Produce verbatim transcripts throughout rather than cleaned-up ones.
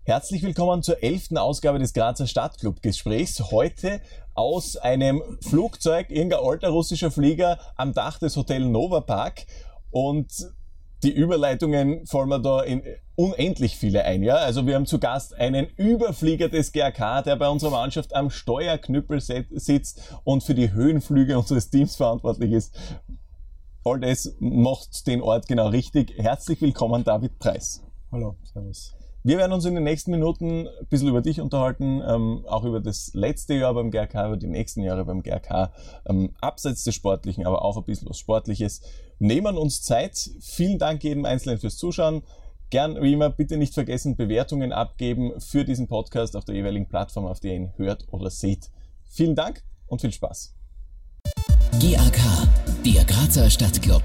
Herzlich willkommen zur elften Ausgabe des Grazer Stadtclub-Gesprächs. Heute aus einem Flugzeug, irgendein alter russischer Flieger am Dach des Hotel Nova Park. Und die Überleitungen fallen mir da in unendlich viele ein. Ja? Also wir haben zu Gast einen Überflieger des G A K, der bei unserer Mannschaft am Steuerknüppel sitzt und für die Höhenflüge unseres Teams verantwortlich ist. All das macht den Ort genau richtig. Herzlich willkommen, David Preis. Hallo, servus. Wir werden uns in den nächsten Minuten ein bisschen über dich unterhalten, ähm, auch über das letzte Jahr beim G A K, über die nächsten Jahre beim G A K, ähm, abseits des Sportlichen, aber auch ein bisschen was Sportliches. Nehmen uns Zeit. Vielen Dank jedem Einzelnen fürs Zuschauen. Gern, wie immer, bitte nicht vergessen, Bewertungen abgeben für diesen Podcast auf der jeweiligen Plattform, auf der ihr ihn hört oder seht. Vielen Dank und viel Spaß. G A K, der Grazer Stadtclub.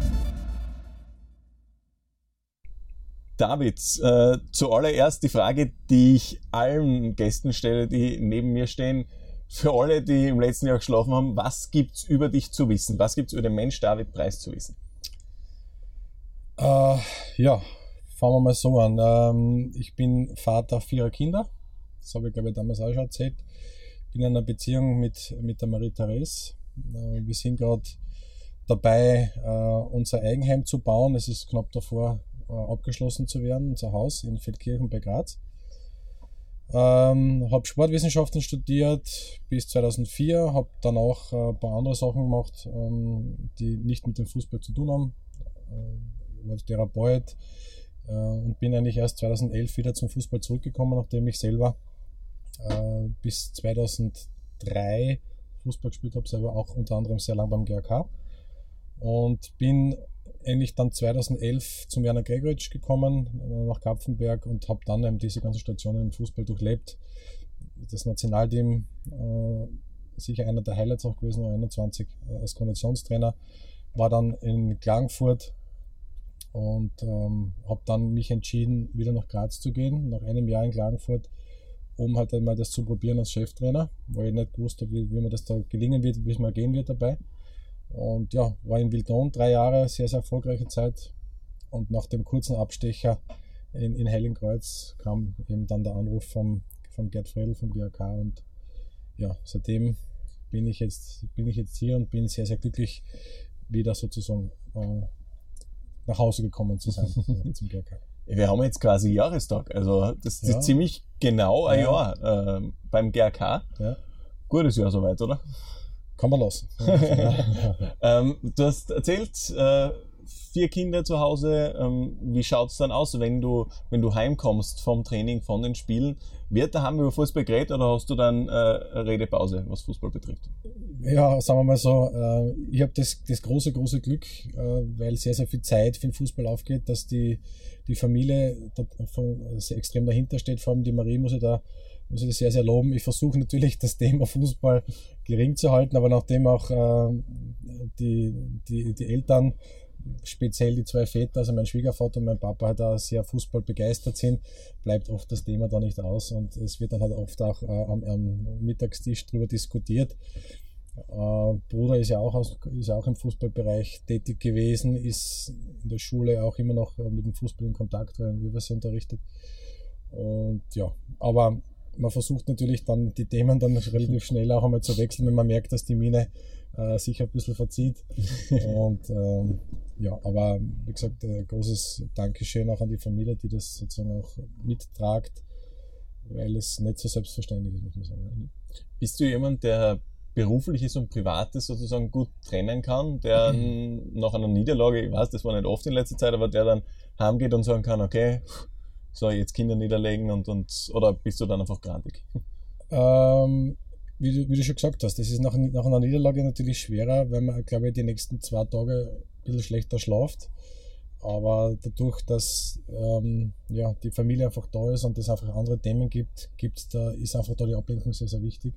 David, äh, zuallererst die Frage, die ich allen Gästen stelle, die neben mir stehen. Für alle, die im letzten Jahr geschlafen haben, was gibt's über dich zu wissen? Was gibt's über den Mensch David Preis zu wissen? Äh, ja, fangen wir mal so an. Ähm, ich bin Vater vierer Kinder. Das habe ich, glaube ich, damals auch schon erzählt. Bin in einer Beziehung mit, mit der Marie-Therese. Äh, wir sind gerade dabei, äh, unser Eigenheim zu bauen. Es ist knapp davor, abgeschlossen zu werden, unser Haus in Feldkirchen bei Graz. Ähm, habe Sportwissenschaften studiert bis zweitausendvier, habe dann auch äh, ein paar andere Sachen gemacht, ähm, die nicht mit dem Fußball zu tun haben. Äh, war Therapeut äh, und bin eigentlich erst zweitausendelf wieder zum Fußball zurückgekommen, nachdem ich selber äh, bis zweitausenddrei Fußball gespielt habe, selber auch unter anderem sehr lang beim G A K, und bin eigentlich dann zweitausendelf zum Werner Gregoritsch gekommen, nach Kapfenberg, und habe dann eben diese ganzen Stationen im Fußball durchlebt. Das Nationalteam, äh, sicher einer der Highlights auch gewesen, U einundzwanzig äh, als Konditionstrainer, war dann in Klagenfurt und ähm, habe dann mich entschieden, wieder nach Graz zu gehen, nach einem Jahr in Klagenfurt, um halt einmal das zu probieren als Cheftrainer, weil ich nicht gewusst habe, wie, wie mir das da gelingen wird, wie es mir gehen wird dabei. Und ja, war in Wildon drei Jahre, sehr, sehr erfolgreiche Zeit. Und nach dem kurzen Abstecher in, in Heiligenkreuz kam eben dann der Anruf vom, vom Gerd Fredl vom G A K. Und ja, seitdem bin ich jetzt, bin ich jetzt hier und bin sehr, sehr glücklich, wieder sozusagen äh, nach Hause gekommen zu sein zum G A K. Wir haben jetzt quasi Jahrestag, also das ist Ja. ziemlich genau ein Ja. Jahr äh, beim G A K. Ja. Gutes Jahr soweit, oder? Kann man lassen. ähm, du hast erzählt, äh, vier Kinder zu Hause. Ähm, wie schaut's dann aus, wenn du, wenn du heimkommst vom Training, von den Spielen? Wird da haben wir über Fußball geredet oder hast du dann äh, eine Redepause, was Fußball betrifft? Ja, sagen wir mal so, äh, ich habe das, das große, große Glück, äh, weil sehr, sehr viel Zeit für den Fußball aufgeht, dass die, die Familie da von, sehr extrem dahinter steht. Vor allem die Marie muss ich da muss ich das sehr, sehr loben. Ich versuche natürlich, das Thema Fußball gering zu halten, aber nachdem auch äh, die, die, die Eltern, speziell die zwei Väter, also mein Schwiegervater und mein Papa, halt auch sehr Fußball begeistert sind, bleibt oft das Thema da nicht aus, und es wird dann halt oft auch äh, am, am Mittagstisch drüber diskutiert. Äh, Bruder ist ja auch aus, ist auch im Fußballbereich tätig gewesen, ist in der Schule auch immer noch mit dem Fußball in Kontakt, weil wir was unterrichtet. Und ja, aber man versucht natürlich dann die Themen dann relativ schnell auch einmal zu wechseln, wenn man merkt, dass die Mine äh, sich ein bisschen verzieht. Und ähm, ja, aber wie gesagt, ein großes Dankeschön auch an die Familie, die das sozusagen auch mittragt, weil es nicht so selbstverständlich ist, muss man sagen. Bist du jemand, der Berufliches und Privates sozusagen gut trennen kann, der mhm. nach einer Niederlage, ich weiß, das war nicht oft in letzter Zeit, aber der dann heimgeht und sagen kann, okay, so jetzt Kinder niederlegen und, und oder bist du dann einfach grantig? Ähm, wie, du, wie du schon gesagt hast, das ist nach, nach einer Niederlage natürlich schwerer, weil man, glaube ich, die nächsten zwei Tage ein bisschen schlechter schlaft. Aber dadurch, dass ähm, ja, die Familie einfach da ist und es einfach andere Themen gibt, gibt's da, ist einfach da die Ablenkung sehr, sehr wichtig.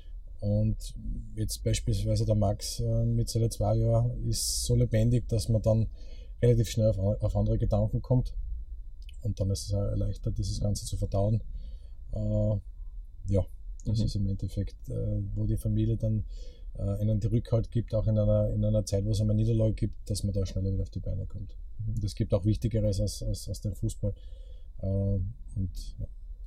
Und jetzt beispielsweise der Max äh, mit seinen zwei Jahren ist so lebendig, dass man dann relativ schnell auf, auf andere Gedanken kommt. Und dann ist es auch erleichtert, dieses Ganze zu verdauen. Äh, ja, das mhm. ist im Endeffekt, äh, wo die Familie dann äh, einen Rückhalt gibt, auch in einer, in einer Zeit, wo es eine Niederlage gibt, dass man da schneller wieder auf die Beine kommt. Mhm. Und es gibt auch Wichtigeres als, als, als den Fußball. Äh, und ja.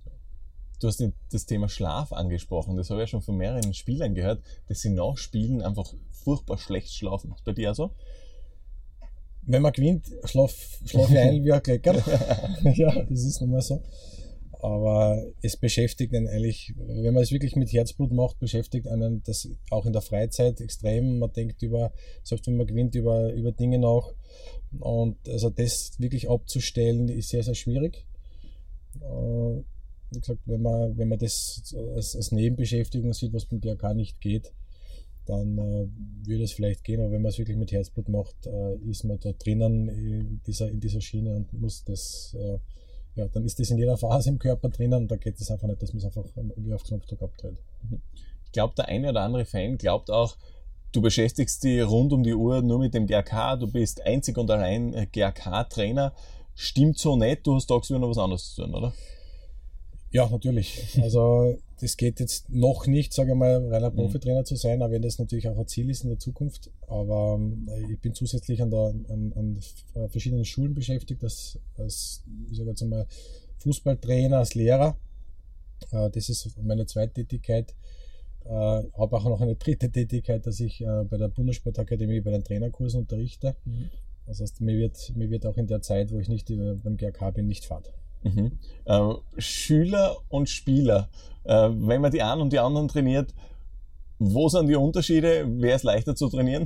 Du hast das Thema Schlaf angesprochen. Das habe ich ja schon von mehreren Spielern gehört, dass sie nach Spielen einfach furchtbar schlecht schlafen. Ist bei dir auch so? Wenn man gewinnt, schlafe schlaf ich ein wie ein Klecker. Ja, das ist nun mal so. Aber es beschäftigt einen eigentlich, wenn man es wirklich mit Herzblut macht, beschäftigt einen das auch in der Freizeit extrem. Man denkt über, selbst wenn man gewinnt, über, über Dinge nach. Und also das wirklich abzustellen, ist sehr, sehr schwierig. Äh, wie gesagt, wenn man, wenn man das als, als Nebenbeschäftigung sieht, was beim G A K nicht geht, dann äh, würde es vielleicht gehen. Aber wenn man es wirklich mit Herzblut macht, äh, ist man da drinnen in dieser, in dieser Schiene und muss das... Äh, Ja, dann ist das in jeder Phase im Körper drinnen und da geht es einfach nicht, dass man es einfach wie auf Knopfdruck abdreht. Ich glaube, der eine oder andere Fan glaubt auch, du beschäftigst dich rund um die Uhr nur mit dem G A K, du bist einzig und allein G A K-Trainer. Stimmt so nicht, du hast tagsüber noch was anderes zu tun, oder? Ja, natürlich. Also das geht jetzt noch nicht, sage ich mal, reiner Profitrainer zu sein, auch wenn das natürlich auch ein Ziel ist in der Zukunft. Aber äh, ich bin zusätzlich an, der, an, an verschiedenen Schulen beschäftigt, als, als ich sage jetzt einmal, Fußballtrainer, als Lehrer. Äh, das ist meine zweite Tätigkeit. Äh, habe auch noch eine dritte Tätigkeit, dass ich äh, bei der Bundessportakademie bei den Trainerkursen unterrichte. Mhm. Das heißt, mir wird, mir wird auch in der Zeit, wo ich nicht beim G A K bin, nicht fad. Mhm. Äh, Schüler und Spieler, äh, wenn man die einen und die anderen trainiert, wo sind die Unterschiede? Wer ist leichter zu trainieren?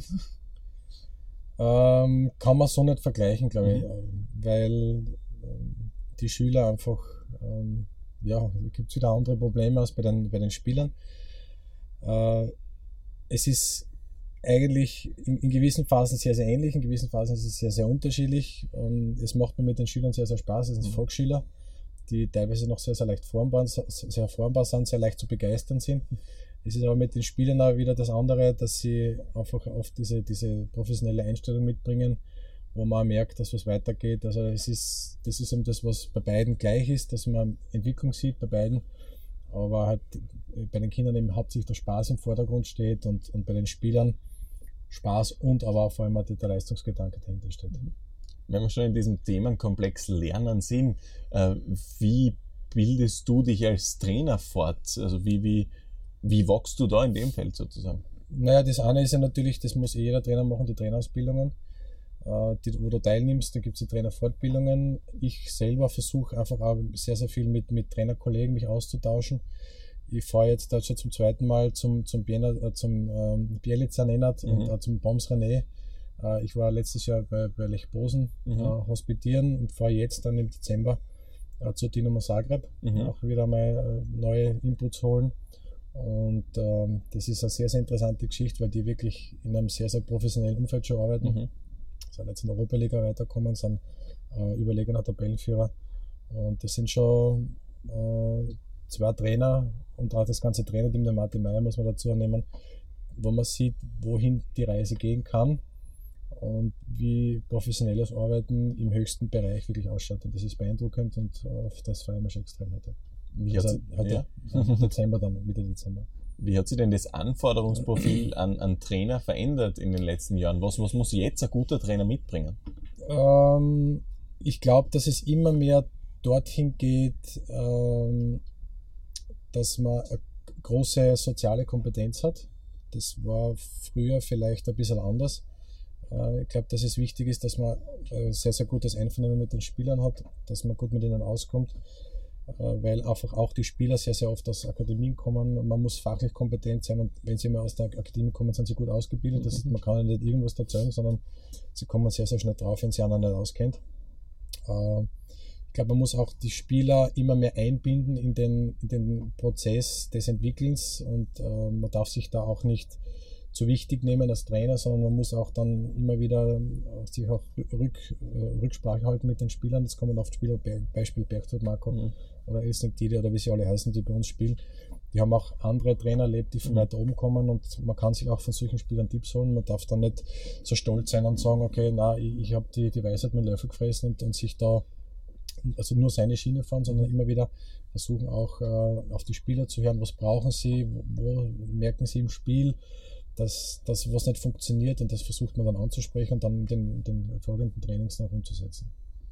Ähm, kann man so nicht vergleichen, glaube ich, Mhm. weil ähm, die Schüler einfach, ähm, ja, da gibt es wieder andere Probleme als bei den, bei den Spielern. Äh, es ist eigentlich in, in gewissen Phasen sehr, sehr ähnlich, in gewissen Phasen ist es sehr, sehr unterschiedlich. Ähm, es macht mir mit den Schülern sehr, sehr Spaß. Es sind Mhm. Volksschüler, die teilweise noch sehr, sehr leicht formbar, sehr formbar sind, sehr leicht zu begeistern sind. Es ist aber mit den Spielern auch wieder das andere, dass sie einfach oft diese, diese professionelle Einstellung mitbringen, wo man auch merkt, dass was weitergeht. Also es ist, das ist eben das, was bei beiden gleich ist, dass man Entwicklung sieht bei beiden, aber halt bei den Kindern eben hauptsächlich der Spaß im Vordergrund steht und, und bei den Spielern Spaß und aber auch vor allem der Leistungsgedanke dahinter steht. Wenn wir schon in diesem Themenkomplex Lernen sind, äh, wie bildest du dich als Trainer fort? Also wie, wie, wie wachst du da in dem Feld sozusagen? Naja, das eine ist ja natürlich, das muss jeder Trainer machen, die Trainerausbildungen, äh, die, wo du teilnimmst, da gibt es die Trainerfortbildungen. Ich selber versuche einfach auch sehr, sehr viel mit, mit Trainerkollegen mich auszutauschen. Ich fahre jetzt da schon zum zweiten Mal zum, zum, Biena, äh, zum ähm, Bielica Nenad und Mhm. äh, zum Boms René. Äh, ich war letztes Jahr bei, bei Lech Posen Mhm. äh, hospitieren und fahre jetzt dann im Dezember äh, zu Dinamo Zagreb, Mhm. auch wieder mal äh, neue Inputs holen. Und ähm, das ist eine sehr, sehr interessante Geschichte, weil die wirklich in einem sehr, sehr professionellen Umfeld schon arbeiten. Mhm. Sind jetzt in der Europa-Liga weitergekommen, sind äh, überlegener Tabellenführer. Und das sind schon äh, zwei Trainer und auch das ganze Trainerteam, der Martin Meyer muss man dazu nehmen, wo man sieht, wohin die Reise gehen kann und wie professionelles Arbeiten im höchsten Bereich wirklich ausschaut. Und das ist beeindruckend und äh, auf das freue ich mich schon extrem heute. Wie hat, Also sie, heute ja? Dezember dann, Mitte Dezember. Wie hat sich denn das Anforderungsprofil an, an Trainer verändert in den letzten Jahren? Was, was muss jetzt ein guter Trainer mitbringen? Ähm, ich glaube, dass es immer mehr dorthin geht, ähm, dass man eine große soziale Kompetenz hat. Das war früher vielleicht ein bisschen anders. Äh, ich glaube, dass es wichtig ist, dass man äh, sehr, sehr gutes Einvernehmen mit den Spielern hat, dass man gut mit ihnen auskommt, äh, weil einfach auch die Spieler sehr, sehr oft aus Akademien kommen. Man muss fachlich kompetent sein und wenn sie mal aus der Akademie kommen, sind sie gut ausgebildet. Das ist, man kann nicht irgendwas erzählen, sondern sie kommen sehr, sehr schnell drauf, wenn sie anderen nicht auskennt. Äh, Ich glaube, man muss auch die Spieler immer mehr einbinden in den, in den Prozess des Entwickelns und äh, man darf sich da auch nicht zu wichtig nehmen als Trainer, sondern man muss auch dann immer wieder äh, sich auch Rück, äh, Rücksprache halten mit den Spielern. Jetzt kommen oft Spieler, Beispiel Berchtold Marco Mhm. oder Elsnik Didi oder wie sie alle heißen, die bei uns spielen. Die haben auch andere Trainer erlebt, die von Mhm. weiter oben kommen und man kann sich auch von solchen Spielern Tipps holen. Man darf dann nicht so stolz sein und sagen, okay, na, ich, ich habe die, die Weisheit mit Löffel gefressen und, und sich da also nur seine Schiene fahren, sondern immer wieder versuchen auch äh, auf die Spieler zu hören, was brauchen sie, wo, wo merken sie im Spiel, dass das was nicht funktioniert und das versucht man dann anzusprechen und dann in den, den folgenden Trainings noch umzusetzen.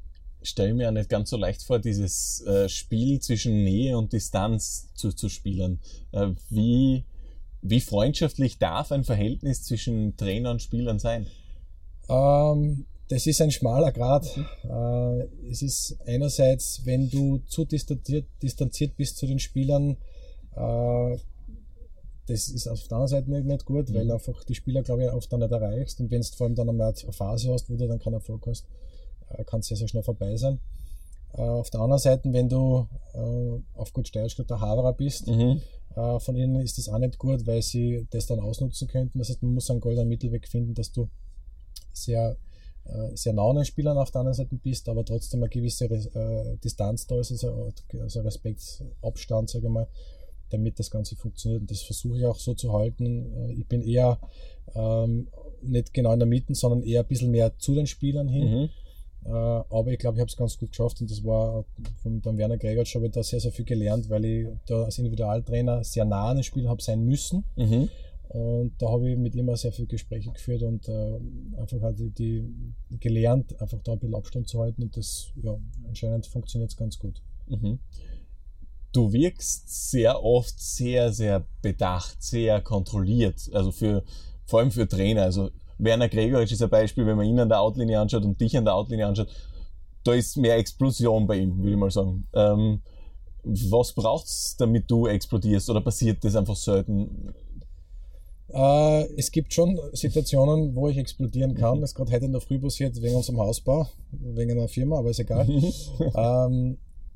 stelle mir ja nicht ganz so leicht vor, dieses äh, Spiel zwischen Nähe und Distanz zu, zu spielen. Äh, wie, wie freundschaftlich darf ein Verhältnis zwischen Trainer und Spielern sein? Ähm, das ist ein schmaler Grat. Äh, es ist einerseits, wenn du zu distanziert, distanziert bist zu den Spielern, äh, das ist auf der anderen Seite nicht, nicht gut, mhm. weil einfach die Spieler, glaube ich, oft dann nicht erreichst, und wenn du vor allem dann einmal eine Phase hast, wo du dann keinen Erfolg hast, kann es sehr, sehr schnell vorbei sein. Äh, auf der anderen Seite, wenn du äh, auf gut Steirisch gesagt der Haverer bist, mhm. äh, von ihnen ist das auch nicht gut, weil sie das dann ausnutzen könnten. Das heißt, man muss einen goldenen Mittelweg finden, dass du sehr, äh, sehr nah an den Spielern auf der anderen Seite bist, aber trotzdem eine gewisse äh, Distanz da ist, also, also Respektabstand, sage ich mal, damit das Ganze funktioniert. Und das versuche ich auch so zu halten. Ich bin eher ähm, nicht genau in der Mitte, sondern eher ein bisschen mehr zu den Spielern hin. Mhm. Äh, aber ich glaube, ich habe es ganz gut geschafft, und das war von, beim Werner Gregoritsch, habe ich da sehr, sehr viel gelernt, weil ich da als Individualtrainer sehr nah an den Spielern habe sein müssen. Mhm. Und da habe ich mit ihm auch sehr viele Gespräche geführt und äh, einfach halt die, die gelernt, einfach da ein bisschen Abstand zu halten, und das, ja, anscheinend funktioniert es ganz gut. Mhm. Du wirkst sehr oft sehr, sehr bedacht, sehr kontrolliert, also für, vor allem für Trainer. Also Werner Gregoritsch ist ein Beispiel, wenn man ihn an der Outlinie anschaut und dich an der Outlinie anschaut, da ist mehr Explosion bei ihm, würde ich mal sagen. Ähm, was braucht's, damit du explodierst, oder passiert das einfach selten? Äh, es gibt schon Situationen, wo ich explodieren kann. Das ist gerade heute in der Früh passiert, wegen unserem Hausbau, wegen einer Firma, aber ist egal. ähm,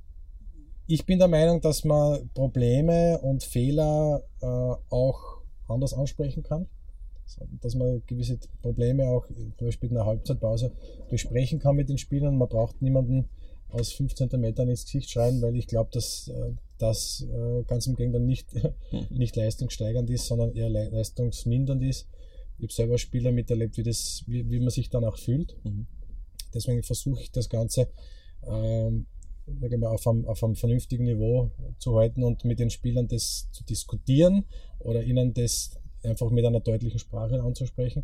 ich bin der Meinung, dass man Probleme und Fehler äh, auch anders ansprechen kann. Dass man gewisse Probleme auch zum Beispiel in einer Halbzeitpause besprechen kann mit den Spielern. Man braucht niemanden aus fünfzehn Metern ins Gesicht schreien, weil ich glaube, dass das ganz im Gegenteil nicht, nicht leistungssteigernd ist, sondern eher leistungsmindernd ist. Ich habe selber Spieler miterlebt, wie, das, wie, wie man sich danach fühlt. Mhm. Deswegen versuche ich das Ganze ähm, auf einem, auf einem vernünftigen Niveau zu halten und mit den Spielern das zu diskutieren oder ihnen das einfach mit einer deutlichen Sprache anzusprechen.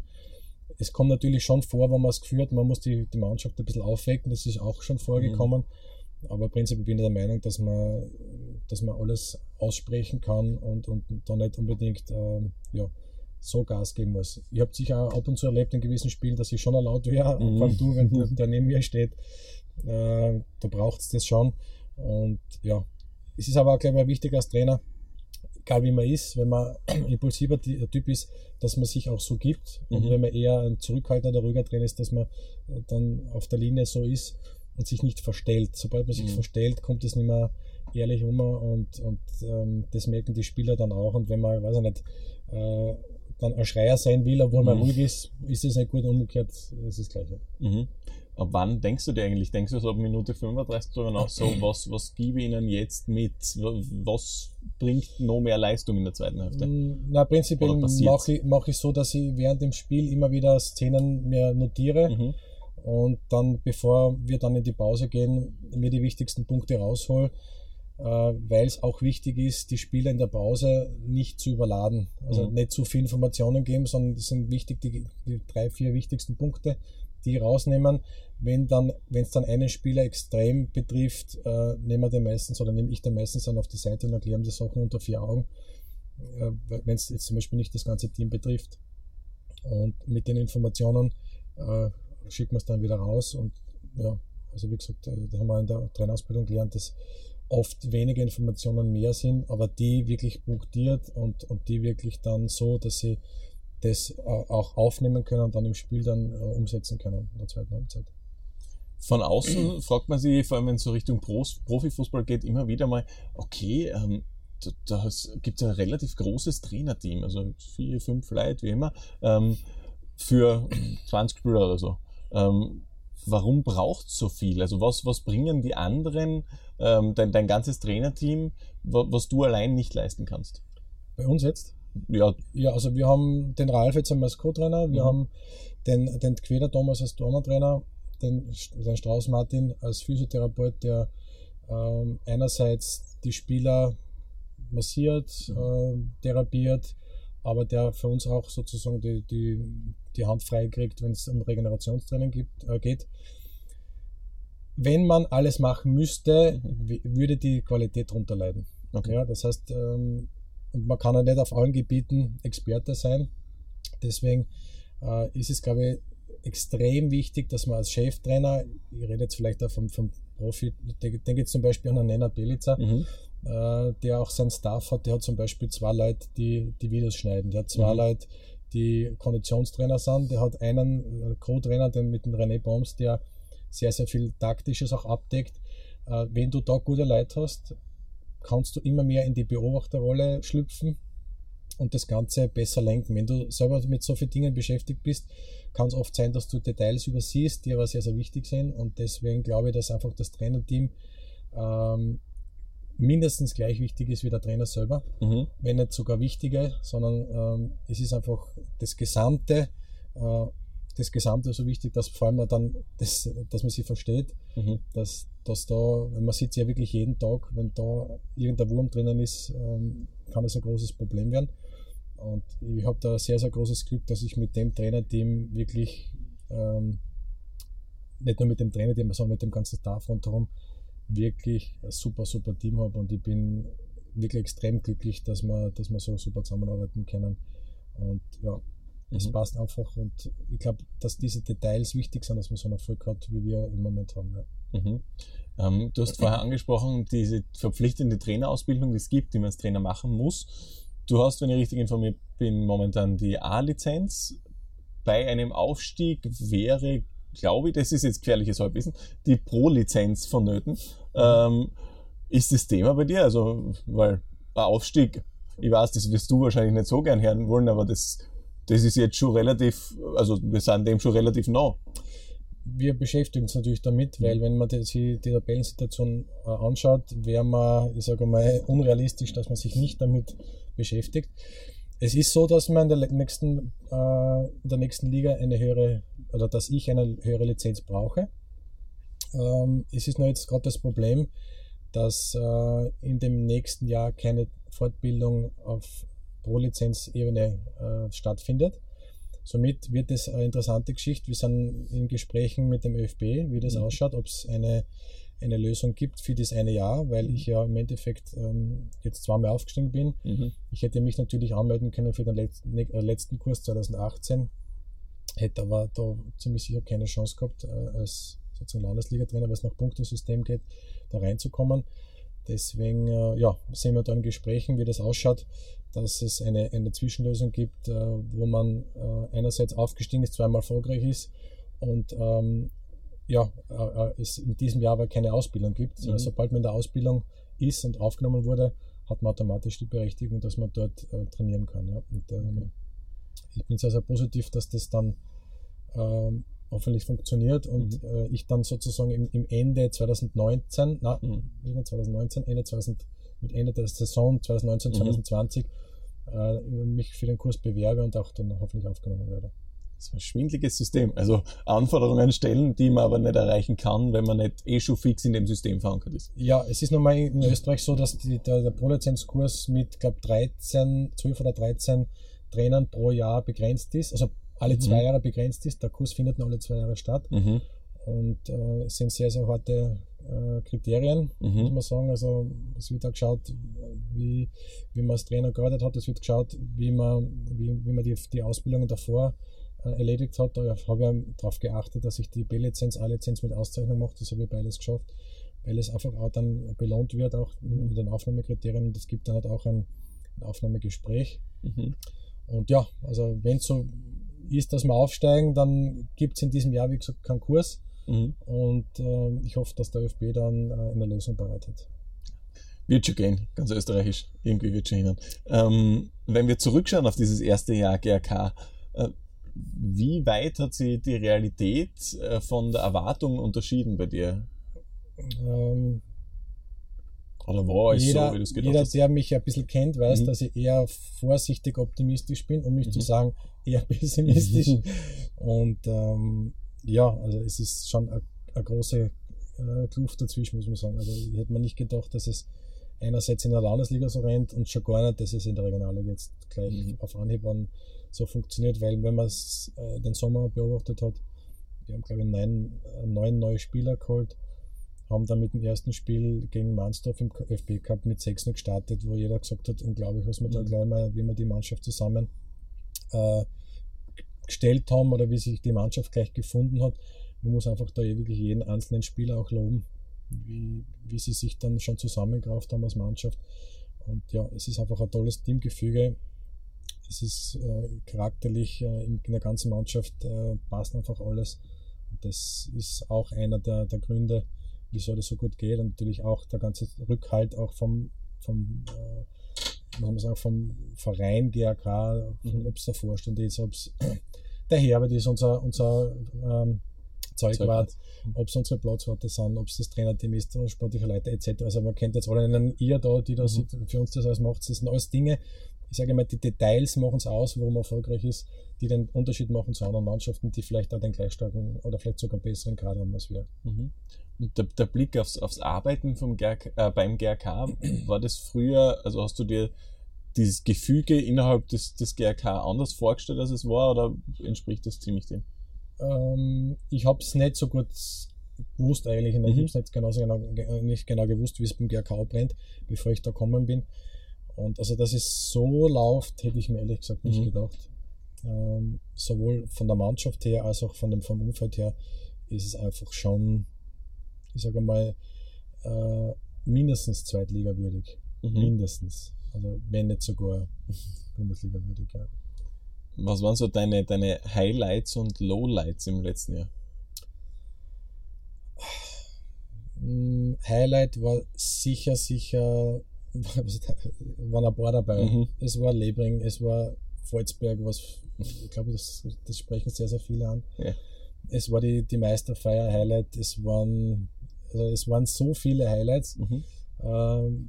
Es kommt natürlich schon vor, wenn man es Gefühl hat, man muss die, die Mannschaft ein bisschen aufwecken, das ist auch schon vorgekommen. Mhm. Aber prinzipiell bin ich der Meinung, dass man, dass man alles aussprechen kann und, und da nicht unbedingt ähm, ja, so Gas geben muss. Ich habe sicher auch ab und zu erlebt in gewissen Spielen, dass ich schon laut wäre, mhm. vor allem du, wenn der, der neben mir steht, äh, da braucht es das schon. Und ja, es ist aber auch, glaube ich, wichtig als Trainer, egal wie man ist, wenn man ein impulsiver Typ ist, dass man sich auch so gibt. Mhm. Und wenn man eher ein zurückhaltender, ruhiger Trainer ist, dass man dann auf der Linie so ist und sich nicht verstellt. Sobald man sich mhm. verstellt, kommt es nicht mehr ehrlich um, und, und ähm, das merken die Spieler dann auch. Und wenn man, weiß ich nicht, äh, dann ein Schreier sein will, obwohl man mhm. ruhig ist, ist es nicht gut, umgekehrt ist es das Gleiche. Mhm. Ab wann denkst du dir eigentlich? Denkst du so ab Minute fünfunddreißig drüber nach, so, was, was gebe ich ihnen jetzt mit? Was bringt noch mehr Leistung in der zweiten Hälfte? Na, prinzipiell mache ich, mach ich so, dass ich während dem Spiel immer wieder Szenen mir notiere mhm. und dann, bevor wir dann in die Pause gehen, mir die wichtigsten Punkte raushol, äh, weil es auch wichtig ist, die Spieler in der Pause nicht zu überladen. Also mhm. nicht zu viel Informationen geben, sondern es sind wichtig die, die drei, vier wichtigsten Punkte, die rausnehmen. Wenn dann, wenn es dann einen Spieler extrem betrifft, äh, nehmen wir den meistens oder nehme ich den meistens dann auf die Seite und erklären die Sachen unter vier Augen, äh, wenn es jetzt zum Beispiel nicht das ganze Team betrifft. Und mit den Informationen äh, schicken wir es dann wieder raus. Und ja, also wie gesagt, da haben wir in der Trainerausbildung gelernt, dass oft weniger Informationen mehr sind, aber die wirklich punktiert und, und die wirklich dann so, dass sie das auch aufnehmen können und dann im Spiel dann umsetzen können in der zweiten Halbzeit. Von außen fragt man sich, vor allem wenn es so Richtung Profifußball geht, immer wieder mal, okay, ähm, da, da gibt es ein relativ großes Trainerteam, also vier, fünf Leute, wie immer, ähm, für zwanzig Spieler oder so. Ähm, warum braucht es so viel? Also was, was bringen die anderen, ähm, dein, dein ganzes Trainerteam, was du allein nicht leisten kannst? Bei uns jetzt? Ja. ja, also wir haben den Ralf jetzt als Co-Trainer, wir mhm. haben den, den Queder Thomas als Dorner-Trainer, den, den Strauß Martin als Physiotherapeut, der ähm, einerseits die Spieler massiert, mhm. äh, therapiert, aber der für uns auch sozusagen die, die, die Hand frei kriegt, wenn es um Regenerationstraining gibt, äh, geht. wenn man alles machen müsste, w- würde die Qualität darunter leiden. Okay. Ja, das heißt, ähm, und man kann ja nicht auf allen Gebieten Experte sein. Deswegen äh, ist es, glaube ich, extrem wichtig, dass man als Cheftrainer, ich rede jetzt vielleicht auch vom, vom Profi, denke jetzt zum Beispiel an einen Nenad Bjelica, Mhm. äh, der auch seinen Staff hat, der hat zum Beispiel zwei Leute, die die Videos schneiden, der hat zwei Mhm. Leute, die Konditionstrainer sind, der hat einen äh, Co-Trainer, den mit dem René Boms, der sehr, sehr viel Taktisches auch abdeckt. Äh, wenn du da gute Leute hast, kannst du immer mehr in die Beobachterrolle schlüpfen und das Ganze besser lenken. Wenn du selber mit so vielen Dingen beschäftigt bist, kann es oft sein, dass du Details übersiehst, die aber sehr, sehr wichtig sind, und deswegen glaube ich, dass einfach das Trainerteam ähm, mindestens gleich wichtig ist wie der Trainer selber, Mhm. wenn nicht sogar wichtiger, sondern ähm, es ist einfach das Gesamte, äh, das Gesamte so wichtig, dass vor allem dann, das, dass man sie versteht, Mhm. dass, dass da, man sieht ja wirklich jeden Tag, wenn da irgendein Wurm drinnen ist, ähm, kann das ein großes Problem werden. Und ich habe da sehr, sehr großes Glück, dass ich mit dem Trainerteam wirklich, ähm, nicht nur mit dem Trainerteam, sondern mit dem ganzen Staff rundherum wirklich ein super, super Team habe, und ich bin wirklich extrem glücklich, dass wir, dass wir so super zusammenarbeiten können. Und ja, es Mhm. passt einfach, und ich glaube, dass diese Details wichtig sind, dass man so einen Erfolg hat, wie wir im Moment haben. Ja. Mhm. Ähm, du hast vorher angesprochen, diese verpflichtende Trainerausbildung, die es gibt, die man als Trainer machen muss. Du hast, wenn ich richtig informiert bin, momentan die A-Lizenz. Bei einem Aufstieg wäre, glaube ich, das ist jetzt gefährliches Halbwissen, die Pro-Lizenz vonnöten. Ähm, ist das Thema bei dir? Also, weil ein Aufstieg, ich weiß, das wirst du wahrscheinlich nicht so gern hören wollen, aber das, das ist jetzt schon relativ, also wir sind dem schon relativ nah. Wir beschäftigen uns natürlich damit, weil wenn man die, die Tabellensituation äh, anschaut, wäre man, ich sage mal, unrealistisch, dass man sich nicht damit beschäftigt. Es ist so, dass man in der nächsten, äh, in der nächsten Liga eine höhere, oder dass ich eine höhere Lizenz brauche. Ähm, es ist nur jetzt gerade das Problem, dass äh, in dem nächsten Jahr keine Fortbildung auf Pro-Lizenz-Ebene äh, stattfindet. Somit wird es eine interessante Geschichte. Wir sind in Gesprächen mit dem ÖFB, wie das Mhm. ausschaut, ob es eine, eine Lösung gibt für das eine Jahr, weil ich ja im Endeffekt ähm, jetzt zweimal aufgestiegen bin. Mhm. Ich hätte mich natürlich anmelden können für den letzten, äh, letzten Kurs zwanzig achtzehn, hätte aber da ziemlich sicher keine Chance gehabt, äh, als sozusagen Landesliga-Trainer, weil es nach Punktesystem geht, da reinzukommen. Deswegen äh, ja, sehen wir da in Gesprächen, wie das ausschaut, dass es eine, eine Zwischenlösung gibt, äh, wo man äh, einerseits aufgestiegen ist, zweimal erfolgreich ist und ähm, ja, äh, äh, es in diesem Jahr aber keine Ausbildung gibt. Mhm. Also, sobald man in der Ausbildung ist und aufgenommen wurde, hat man automatisch die Berechtigung, dass man dort äh, trainieren kann. Ja. Und, ähm, Okay. ich bin sehr, sehr positiv, dass das dann ähm, hoffentlich funktioniert und Mhm. äh, ich dann sozusagen im, im Ende zwanzig neunzehn, na, Mhm. nicht zwanzig neunzehn, Ende zweitausend, mit Ende der Saison zwanzig neunzehn, Mhm. zwanzig zwanzig äh, mich für den Kurs bewerbe und auch dann hoffentlich aufgenommen werde. Das ist ein schwindliges System. Also Anforderungen stellen, die man aber nicht erreichen kann, wenn man nicht eh schon fix in dem System verankert ist. Ja, es ist nun mal in Österreich so, dass die, der, der Pro-Lizenz-Kurs mit, glaube dreizehn, zwölf oder dreizehn Trainern pro Jahr begrenzt ist, also alle Mhm. zwei Jahre begrenzt ist. Der Kurs findet nur alle zwei Jahre statt. Mhm. Und äh, es sind sehr, sehr harte äh, Kriterien, Mhm. muss man sagen. Also es wird auch geschaut, wie, wie man als Trainer gearbeitet hat. Es wird geschaut, wie man, wie, wie man die, die Ausbildungen davor äh, erledigt hat. Da habe ich darauf geachtet, dass ich die B-Lizenz, A-Lizenz mit Auszeichnung mache. Das habe ich beides geschafft, weil es einfach auch dann belohnt wird, auch Mhm. mit den Aufnahmekriterien. Und es gibt dann halt auch ein, ein Aufnahmegespräch. Mhm. Und ja, also wenn es so ist, dass wir aufsteigen, dann gibt es in diesem Jahr, wie gesagt, keinen Kurs. Mhm. Und äh, ich hoffe, dass der ÖFB dann äh, eine Lösung parat hat. Wird schon gehen, ganz österreichisch. Irgendwie wird schon hin. Ähm, wenn wir zurückschauen auf dieses erste Jahr G A K, äh, wie weit hat sich die Realität äh, von der Erwartung unterschieden bei dir? Ähm, Oder war es jeder, so, wie du es gedacht jeder hast? der mich ein bisschen kennt, weiß, Mhm. dass ich eher vorsichtig optimistisch bin, um nicht Mhm. zu sagen, eher pessimistisch. Und ähm, ja, also es ist schon eine, eine große äh, Kluft dazwischen, muss man sagen. Also ich hätte mir nicht gedacht, dass es einerseits in der Landesliga so rennt und schon gar nicht, dass es in der Regionalliga jetzt gleich Mhm. auf Anhieb an so funktioniert, weil wenn man es äh, den Sommer beobachtet hat, wir haben glaube ich neun, neun neue Spieler geholt, haben dann mit dem ersten Spiel gegen Mansdorf im F B Cup mit sechs null gestartet, wo jeder gesagt hat, unglaublich, was wir mhm. da gleich mal, wie wir die Mannschaft zusammen äh, gestellt haben oder wie sich die Mannschaft gleich gefunden hat. Man muss einfach da wirklich jeden einzelnen Spieler auch loben, wie, wie sie sich dann schon zusammengerauft haben als Mannschaft. Und ja, es ist einfach ein tolles Teamgefüge. Es ist äh, charakterlich äh, in, in der ganzen Mannschaft äh, passt einfach alles. Und das ist auch einer der, der Gründe, wieso das so gut geht, und natürlich auch der ganze Rückhalt auch vom, vom, äh, muss man sagen, vom Verein G A K, mhm. ob es der Vorstand ist, ob es der Herbert ist, unser, unser ähm, Zeugwart, ob es unsere Platzwarte sind, ob es das Trainerteam ist, der sportliche Leiter et cetera. Also man kennt jetzt alle einen ihr da, die da mhm. für uns das alles macht. Das sind alles Dinge, ich sage mal, die Details machen es aus, warum man erfolgreich ist, die den Unterschied machen zu anderen Mannschaften, die vielleicht auch den gleich starken oder vielleicht sogar besseren Kader haben als wir. Mhm. Und der, der Blick aufs, aufs Arbeiten vom G R K, äh, beim G R K, war das früher, also hast du dir dieses Gefüge innerhalb des, des G R K anders vorgestellt, als es war, oder entspricht das ziemlich dem? Ähm, ich habe es nicht so gut gewusst eigentlich, mhm. ich habe es nicht genau, genau, nicht genau gewusst, wie es beim G R K brennt, bevor ich da gekommen bin. Und also, dass es so läuft, hätte ich mir ehrlich gesagt nicht mhm. gedacht. Ähm, sowohl von der Mannschaft her, als auch von dem, vom Umfeld her ist es einfach schon, ich sage mal, äh, mindestens zweitligawürdig. Mhm. Mindestens. Also wenn nicht sogar Bundesliga-würdig, ja. Was waren so deine, deine Highlights und Lowlights im letzten Jahr? Highlight war sicher, sicher, waren ein paar dabei. Mhm. Es war Lebring, es war Volzberg, was, ich glaube, das, das sprechen sehr, sehr viele an. Ja. Es war die, die Meisterfeier Highlight, es waren, also es waren so viele Highlights, mhm. ähm,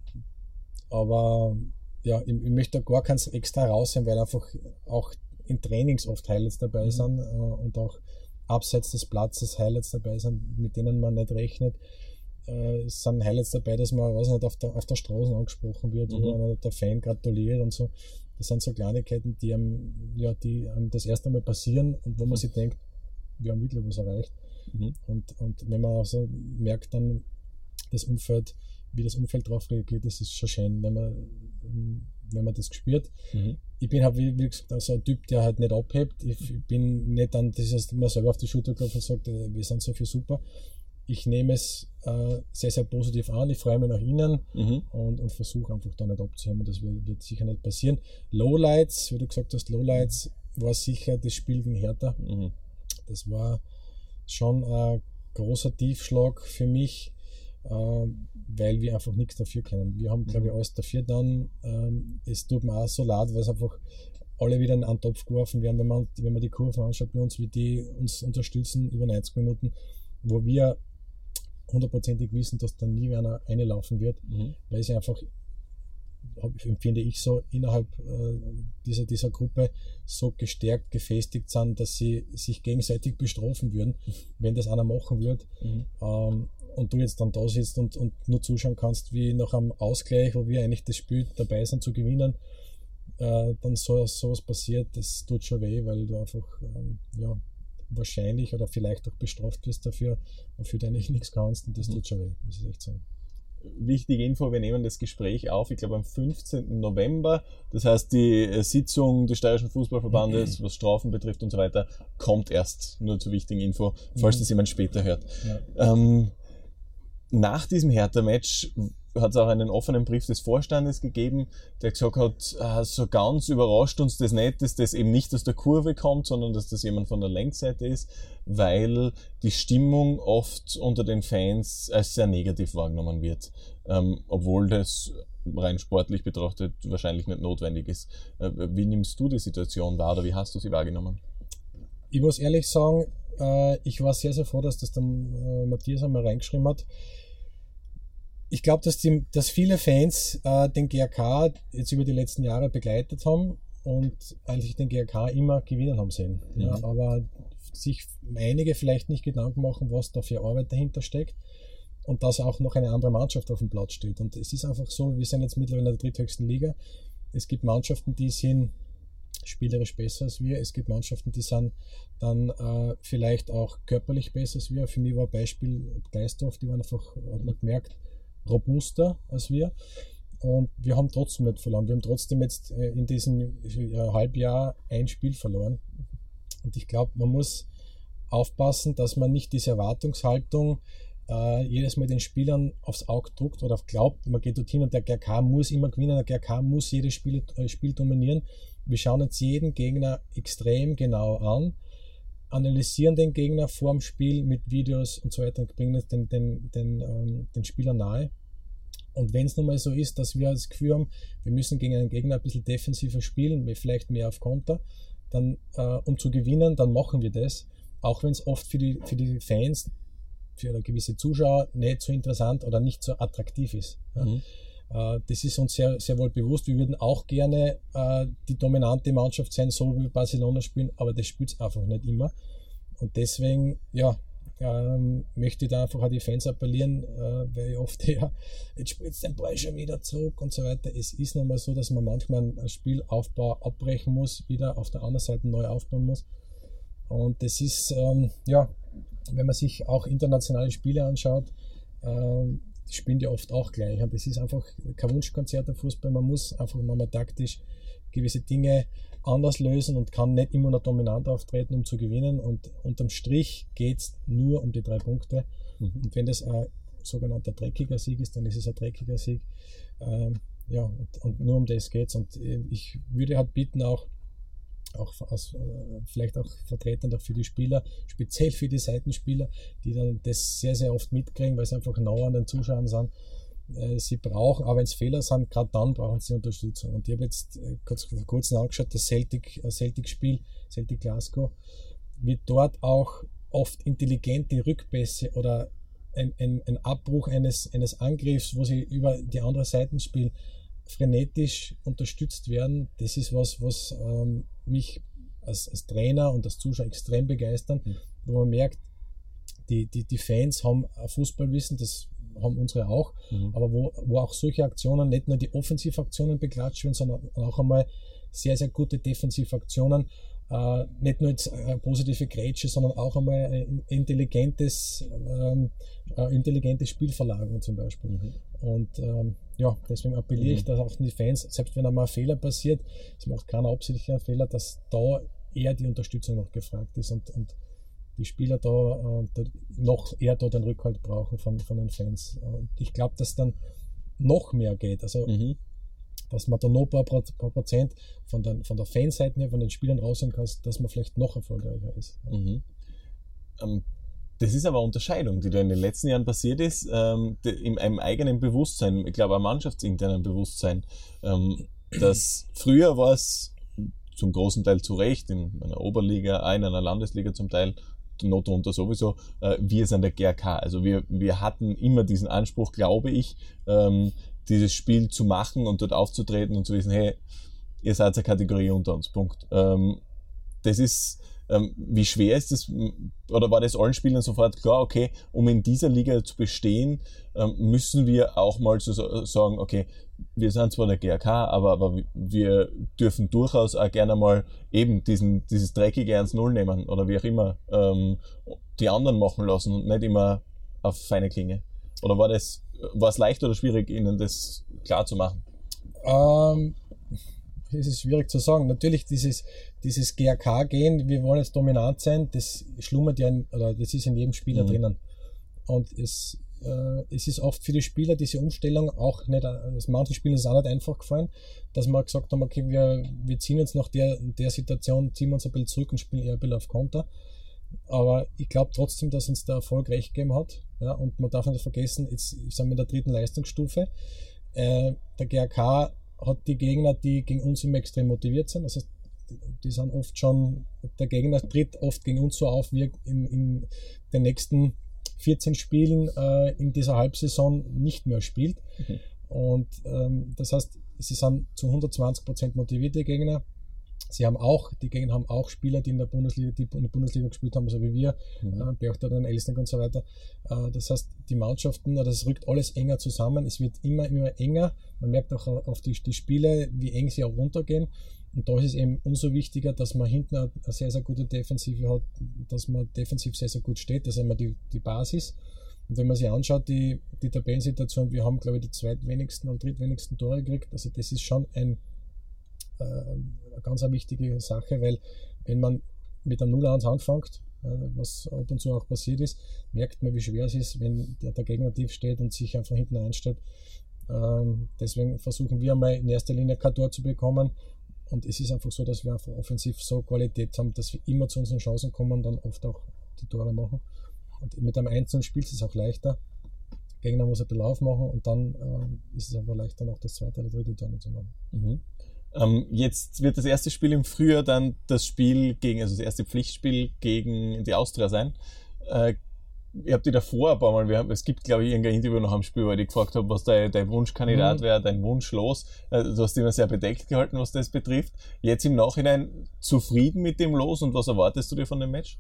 aber ja, ich, ich möchte da gar keins extra raushören, weil einfach auch in Trainings oft Highlights dabei mhm. sind äh, und auch abseits des Platzes Highlights dabei sind, mit denen man nicht rechnet. Äh, es sind Highlights dabei, dass man, weiß nicht, auf der, auf der Straße angesprochen wird, mhm. wo der Fan gratuliert und so. Das sind so Kleinigkeiten, die einem, ja, die einem das erste Mal passieren und wo man mhm. sich denkt, wir haben wirklich was erreicht. Mhm. Und, und wenn man also merkt dann das Umfeld, wie das Umfeld drauf reagiert, das ist schon schön, wenn man, wenn man das spürt. Mhm. Ich bin halt, wie gesagt, so ein Typ, der halt nicht abhebt. Ich bin nicht dann, das heißt, mir selber auf die Schulter klopft und sagt, wir sind so viel super. Ich nehme es äh, sehr, sehr positiv an. Ich freue mich nach innen mhm. und, und versuche einfach da nicht abzuheben. Das wird, wird sicher nicht passieren. Lowlights, wie du gesagt hast, Lowlights war sicher das Spiel gegen Hertha. Mhm. Das war schon ein großer Tiefschlag für mich, äh, weil wir einfach nichts dafür können. Wir haben, glaube ich, alles dafür dann. Ähm, es tut mir auch so leid, weil es einfach alle wieder in einen Topf geworfen werden, wenn man, wenn man die Kurven anschaut bei uns, wie die uns unterstützen über neunzig Minuten, wo wir hundertprozentig wissen, dass da nie einer reinlaufen wird, mhm. weil sie einfach, empfinde ich so, innerhalb äh, dieser, dieser Gruppe so gestärkt, gefestigt sind, dass sie sich gegenseitig bestrafen würden, mhm. wenn das einer machen würde. Mhm. Ähm, und du jetzt dann da sitzt und, und nur zuschauen kannst, wie nach einem Ausgleich, wo wir eigentlich das Spiel dabei sind zu gewinnen, äh, dann so sowas passiert, das tut schon weh, weil du einfach ähm, ja, wahrscheinlich oder vielleicht auch bestraft wirst dafür, wofür du eigentlich nichts kannst, und das tut schon weh, muss ich echt sagen. Wichtige Info, wir nehmen das Gespräch auf, ich glaube am fünfzehnten November, das heißt die Sitzung des Steirischen Fußballverbandes, mhm. was Strafen betrifft und so weiter, kommt erst, nur zur wichtigen Info, falls mhm. das jemand später hört. Ja. Ähm, nach diesem Hertha-Match hat es auch einen offenen Brief des Vorstandes gegeben, der gesagt hat, so ganz überrascht uns das nicht, dass das eben nicht aus der Kurve kommt, sondern dass das jemand von der Längsseite ist, weil die Stimmung oft unter den Fans als sehr negativ wahrgenommen wird, ähm, obwohl das rein sportlich betrachtet wahrscheinlich nicht notwendig ist. Äh, wie nimmst du die Situation wahr oder wie hast du sie wahrgenommen? Ich muss ehrlich sagen, äh, ich war sehr, sehr froh, dass das der äh, Matthias einmal reingeschrieben hat. Ich glaube, dass, dass viele Fans äh, den G R K jetzt über die letzten Jahre begleitet haben und eigentlich den G R K immer gewinnen haben sehen. Mhm. Ja, aber sich einige vielleicht nicht Gedanken machen, was da für Arbeit dahinter steckt und dass auch noch eine andere Mannschaft auf dem Platz steht. Und es ist einfach so, wir sind jetzt mittlerweile in der dritthöchsten Liga. Es gibt Mannschaften, die sind spielerisch besser als wir. Es gibt Mannschaften, die sind dann äh, vielleicht auch körperlich besser als wir. Für mich war ein Beispiel Geisdorf, die waren einfach, hat man gemerkt, robuster als wir. Und wir haben trotzdem nicht verloren. Wir haben trotzdem jetzt äh, in diesem äh, Halbjahr ein Spiel verloren. Und ich glaube, man muss aufpassen, dass man nicht diese Erwartungshaltung äh, jedes Mal den Spielern aufs Auge druckt oder glaubt, man geht dorthin und der G R K muss immer gewinnen, der G R K muss jedes Spiel, äh, Spiel dominieren. Wir schauen uns jeden Gegner extrem genau an, analysieren den Gegner vor dem Spiel mit Videos und so weiter und bringen es den, den, den, ähm, den Spielern nahe. Und wenn es nun mal so ist, dass wir das Gefühl haben, wir müssen gegen einen Gegner ein bisschen defensiver spielen, vielleicht mehr auf Konter, dann, äh, um zu gewinnen, dann machen wir das. Auch wenn es oft für die, für die Fans, für gewisse Zuschauer nicht so interessant oder nicht so attraktiv ist. Ja. Mhm. Äh, das ist uns sehr, sehr wohl bewusst. Wir würden auch gerne äh, die dominante Mannschaft sein, so wie Barcelona spielen, aber das spielt es einfach nicht immer. Und deswegen, ja, ähm, möchte ich da einfach an die Fans appellieren, äh, weil ich oft, ja, jetzt spielt den Ball schon wieder zurück und so weiter. Es ist nochmal so, dass man manchmal einen Spielaufbau abbrechen muss, wieder auf der anderen Seite neu aufbauen muss. Und das ist, ähm, ja, wenn man sich auch internationale Spiele anschaut, ähm, die spielen ja oft auch gleich. Und das ist einfach kein Wunschkonzert der Fußball. Man muss einfach mal taktisch gewisse Dinge anders lösen und kann nicht immer noch dominant auftreten, um zu gewinnen. Und unterm Strich geht es nur um die drei Punkte. Mhm. Und wenn das ein sogenannter dreckiger Sieg ist, dann ist es ein dreckiger Sieg. Ähm, ja, und, und nur um das geht es. Und ich würde halt bitten, auch auch aus, äh, vielleicht auch vertretend auch für die Spieler, speziell für die Seitenspieler, die dann das sehr, sehr oft mitkriegen, weil sie einfach nah an den Zuschauern sind. Äh, sie brauchen, auch wenn es Fehler sind, gerade dann brauchen sie Unterstützung. Und ich habe jetzt äh, kurz, vor kurzem angeschaut, das Celtic, äh, Celtic-Spiel, Celtic Glasgow, wie dort auch oft intelligente Rückpässe oder ein, ein, ein Abbruch eines, eines Angriffs, wo sie über die andere Seite spielen, frenetisch unterstützt werden. Das ist was, was ähm, mich als, als Trainer und als Zuschauer extrem begeistern, mhm. wo man merkt, die, die, die Fans haben ein Fußballwissen, das haben unsere auch, mhm. aber wo, wo auch solche Aktionen, nicht nur die Offensivaktionen beklatscht werden, sondern auch einmal sehr, sehr gute Defensivaktionen, äh, nicht nur jetzt äh, positive Grätsche, sondern auch einmal ein intelligentes, ähm, äh, intelligente Spielverlagerung zum Beispiel. Mhm. Und ähm, ja, deswegen appelliere mhm. ich, dass auch die Fans, selbst wenn einmal ein Fehler passiert, es macht keiner absichtlichen Fehler, dass da eher die Unterstützung noch gefragt ist und, und die Spieler da, äh, da noch eher da den Rückhalt brauchen von, von den Fans. Und ich glaube, dass dann noch mehr geht. Also mhm. dass man da noch ein paar, paar Prozent von, den, von der Fanseite her, von den Spielern rausholen kann, dass man vielleicht noch erfolgreicher ist. Mhm. Um, das ist aber eine Unterscheidung, die da in den letzten Jahren passiert ist, ähm, in einem eigenen Bewusstsein, ich glaube, einem mannschaftsinternen Bewusstsein. Ähm, dass früher war es zum großen Teil zu Recht, in einer Oberliga, auch in einer Landesliga zum Teil, noch drunter sowieso, äh, wir sind der G R K. Also wir, wir hatten immer diesen Anspruch, glaube ich, ähm, dieses Spiel zu machen und dort aufzutreten und zu wissen, hey, ihr seid eine Kategorie unter uns, Punkt. Ähm, das ist, ähm, wie schwer ist das, oder war das allen Spielern sofort klar, okay, um in dieser Liga zu bestehen, ähm, müssen wir auch mal so sagen, okay, wir sind zwar der G R K, aber, aber wir dürfen durchaus auch gerne mal eben diesen, dieses dreckige eins null nehmen oder wie auch immer, ähm, die anderen machen lassen und nicht immer auf feine Klinge. Oder war das, war es leicht oder schwierig, Ihnen das klar zu machen? Ähm, es ist schwierig zu sagen. Natürlich dieses, dieses G R K-Gehen, wir wollen jetzt dominant sein, das schlummert ja, in, oder das ist in jedem Spieler mhm. drinnen. Und es, äh, es ist oft für die Spieler diese Umstellung auch nicht, also manchen Spielen ist es auch nicht einfach gefallen, dass wir gesagt haben, okay, wir, wir ziehen uns nach der, der Situation, ziehen wir uns ein bisschen zurück und spielen eher ein bisschen auf Konter. Aber ich glaube trotzdem, dass uns der Erfolg recht gegeben hat. Ja, und man darf nicht vergessen, jetzt sind wir in der dritten Leistungsstufe. Äh, der G R K hat die Gegner, die gegen uns immer extrem motiviert sind. Das heißt, die sind oft schon, der Gegner tritt oft gegen uns so auf, wie in, in den nächsten vierzehn Spielen äh, in dieser Halbsaison nicht mehr spielt. Mhm. Und ähm, das heißt, sie sind zu hundertzwanzig Prozent motivierte Gegner. Sie haben auch, die Gegner haben auch Spieler, die in der Bundesliga, die in der Bundesliga gespielt haben, so wie wir, mhm. äh, Berchtesgaden, Elsner und so weiter. Äh, das heißt, die Mannschaften, das rückt alles enger zusammen. Es wird immer, immer enger. Man merkt auch auf die, die Spiele, wie eng sie auch runtergehen. Und da ist es eben umso wichtiger, dass man hinten eine sehr, sehr gute Defensive hat, dass man defensiv sehr, sehr gut steht. Das ist einmal die, die Basis. Und wenn man sich anschaut, die, die Tabellensituation, wir haben, glaube ich, die zweitwenigsten und drittwenigsten Tore gekriegt. Also das ist schon ein, äh, eine ganz eine wichtige Sache, weil wenn man mit einem null eins anfängt, äh, was ab und zu auch passiert ist, merkt man, wie schwer es ist, wenn der, der Gegner tief steht und sich einfach hinten einstellt. Ähm, deswegen versuchen wir mal in erster Linie kein Tor zu bekommen. Und es ist einfach so, dass wir einfach offensiv so Qualität haben, dass wir immer zu unseren Chancen kommen und dann oft auch die Tore machen. Und mit einem eins null spielt es auch leichter. Der Gegner muss ein bisschen aufmachen und dann äh, ist es einfach leichter, noch das zweite oder dritte Tor zu machen. Mhm. Ähm, jetzt wird das erste Spiel im Frühjahr dann das Spiel gegen, also das erste Pflichtspiel gegen die Austria sein. Äh, Ich habe dich davor ein paar Mal, wir haben, es gibt glaube ich irgendein Interview nach dem Spiel, weil ich gefragt habe, was dein, dein Wunschkandidat mhm. wäre, dein Wunsch los. Du hast immer sehr bedeckt gehalten, was das betrifft. Jetzt im Nachhinein zufrieden mit dem Los und was erwartest du dir von dem Match?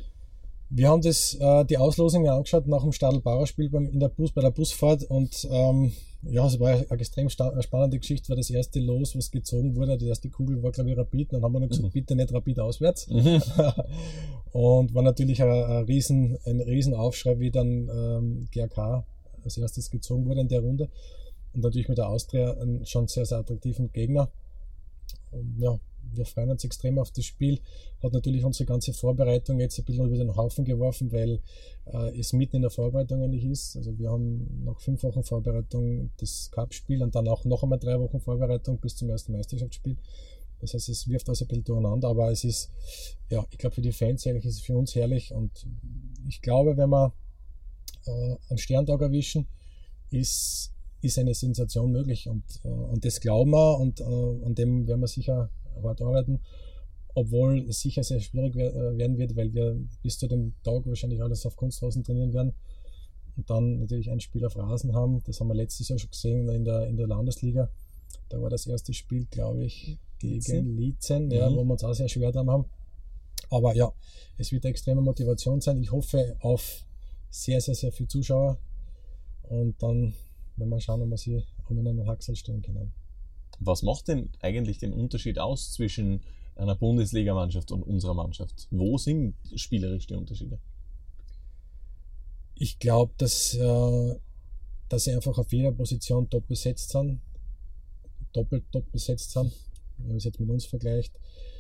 Wir haben das, äh, die Auslosung angeschaut nach dem Stadl-Bauer-Spiel beim, in der Bus, bei der Busfahrt und ähm, ja, es war eine extrem sta- spannende Geschichte, weil das erste Los, was gezogen wurde, die erste Kugel war glaube ich Rapid, dann haben wir noch gesagt, mhm. bitte nicht Rapid auswärts. Mhm. Und war natürlich ein, ein, riesen, ein riesen Aufschrei, wie dann ähm, G A K als erstes gezogen wurde in der Runde und natürlich mit der Austria einen schon sehr, sehr attraktiven Gegner. Und ja, wir freuen uns extrem auf das Spiel. Hat natürlich unsere ganze Vorbereitung jetzt ein bisschen über den Haufen geworfen, weil äh, es mitten in der Vorbereitung eigentlich ist. Also wir haben nach fünf Wochen Vorbereitung das Cup-Spiel und dann auch noch einmal drei Wochen Vorbereitung bis zum ersten Meisterschaftsspiel. Das heißt, es wirft also ein bisschen durcheinander, aber es ist, ja, ich glaube für die Fans herrlich, ist es für uns herrlich und ich glaube, wenn wir äh, einen Sterntag erwischen, ist ist eine Sensation möglich und äh, an das glauben wir und äh, an dem werden wir sicher hart arbeiten, obwohl es sicher sehr schwierig wer- werden wird, weil wir bis zu dem Tag wahrscheinlich alles auf Kunstrasen trainieren werden und dann natürlich ein Spiel auf Rasen haben. Das haben wir letztes Jahr schon gesehen in der, in der Landesliga. Da war das erste Spiel, glaube ich, gegen Liezen, ja, mhm. wo wir uns auch sehr schwer dann haben. Aber ja, es wird eine extreme Motivation sein. Ich hoffe auf sehr, sehr, sehr viele Zuschauer und dann wenn wir schauen, ob wir sie um in einen Hacksel stellen können. Was macht denn eigentlich den Unterschied aus zwischen einer Bundesligamannschaft und unserer Mannschaft? Wo sind spielerisch die Unterschiede? Ich glaube, dass, äh, dass sie einfach auf jeder Position top besetzt sind. Doppelt top besetzt sind, wenn man es jetzt mit uns vergleicht.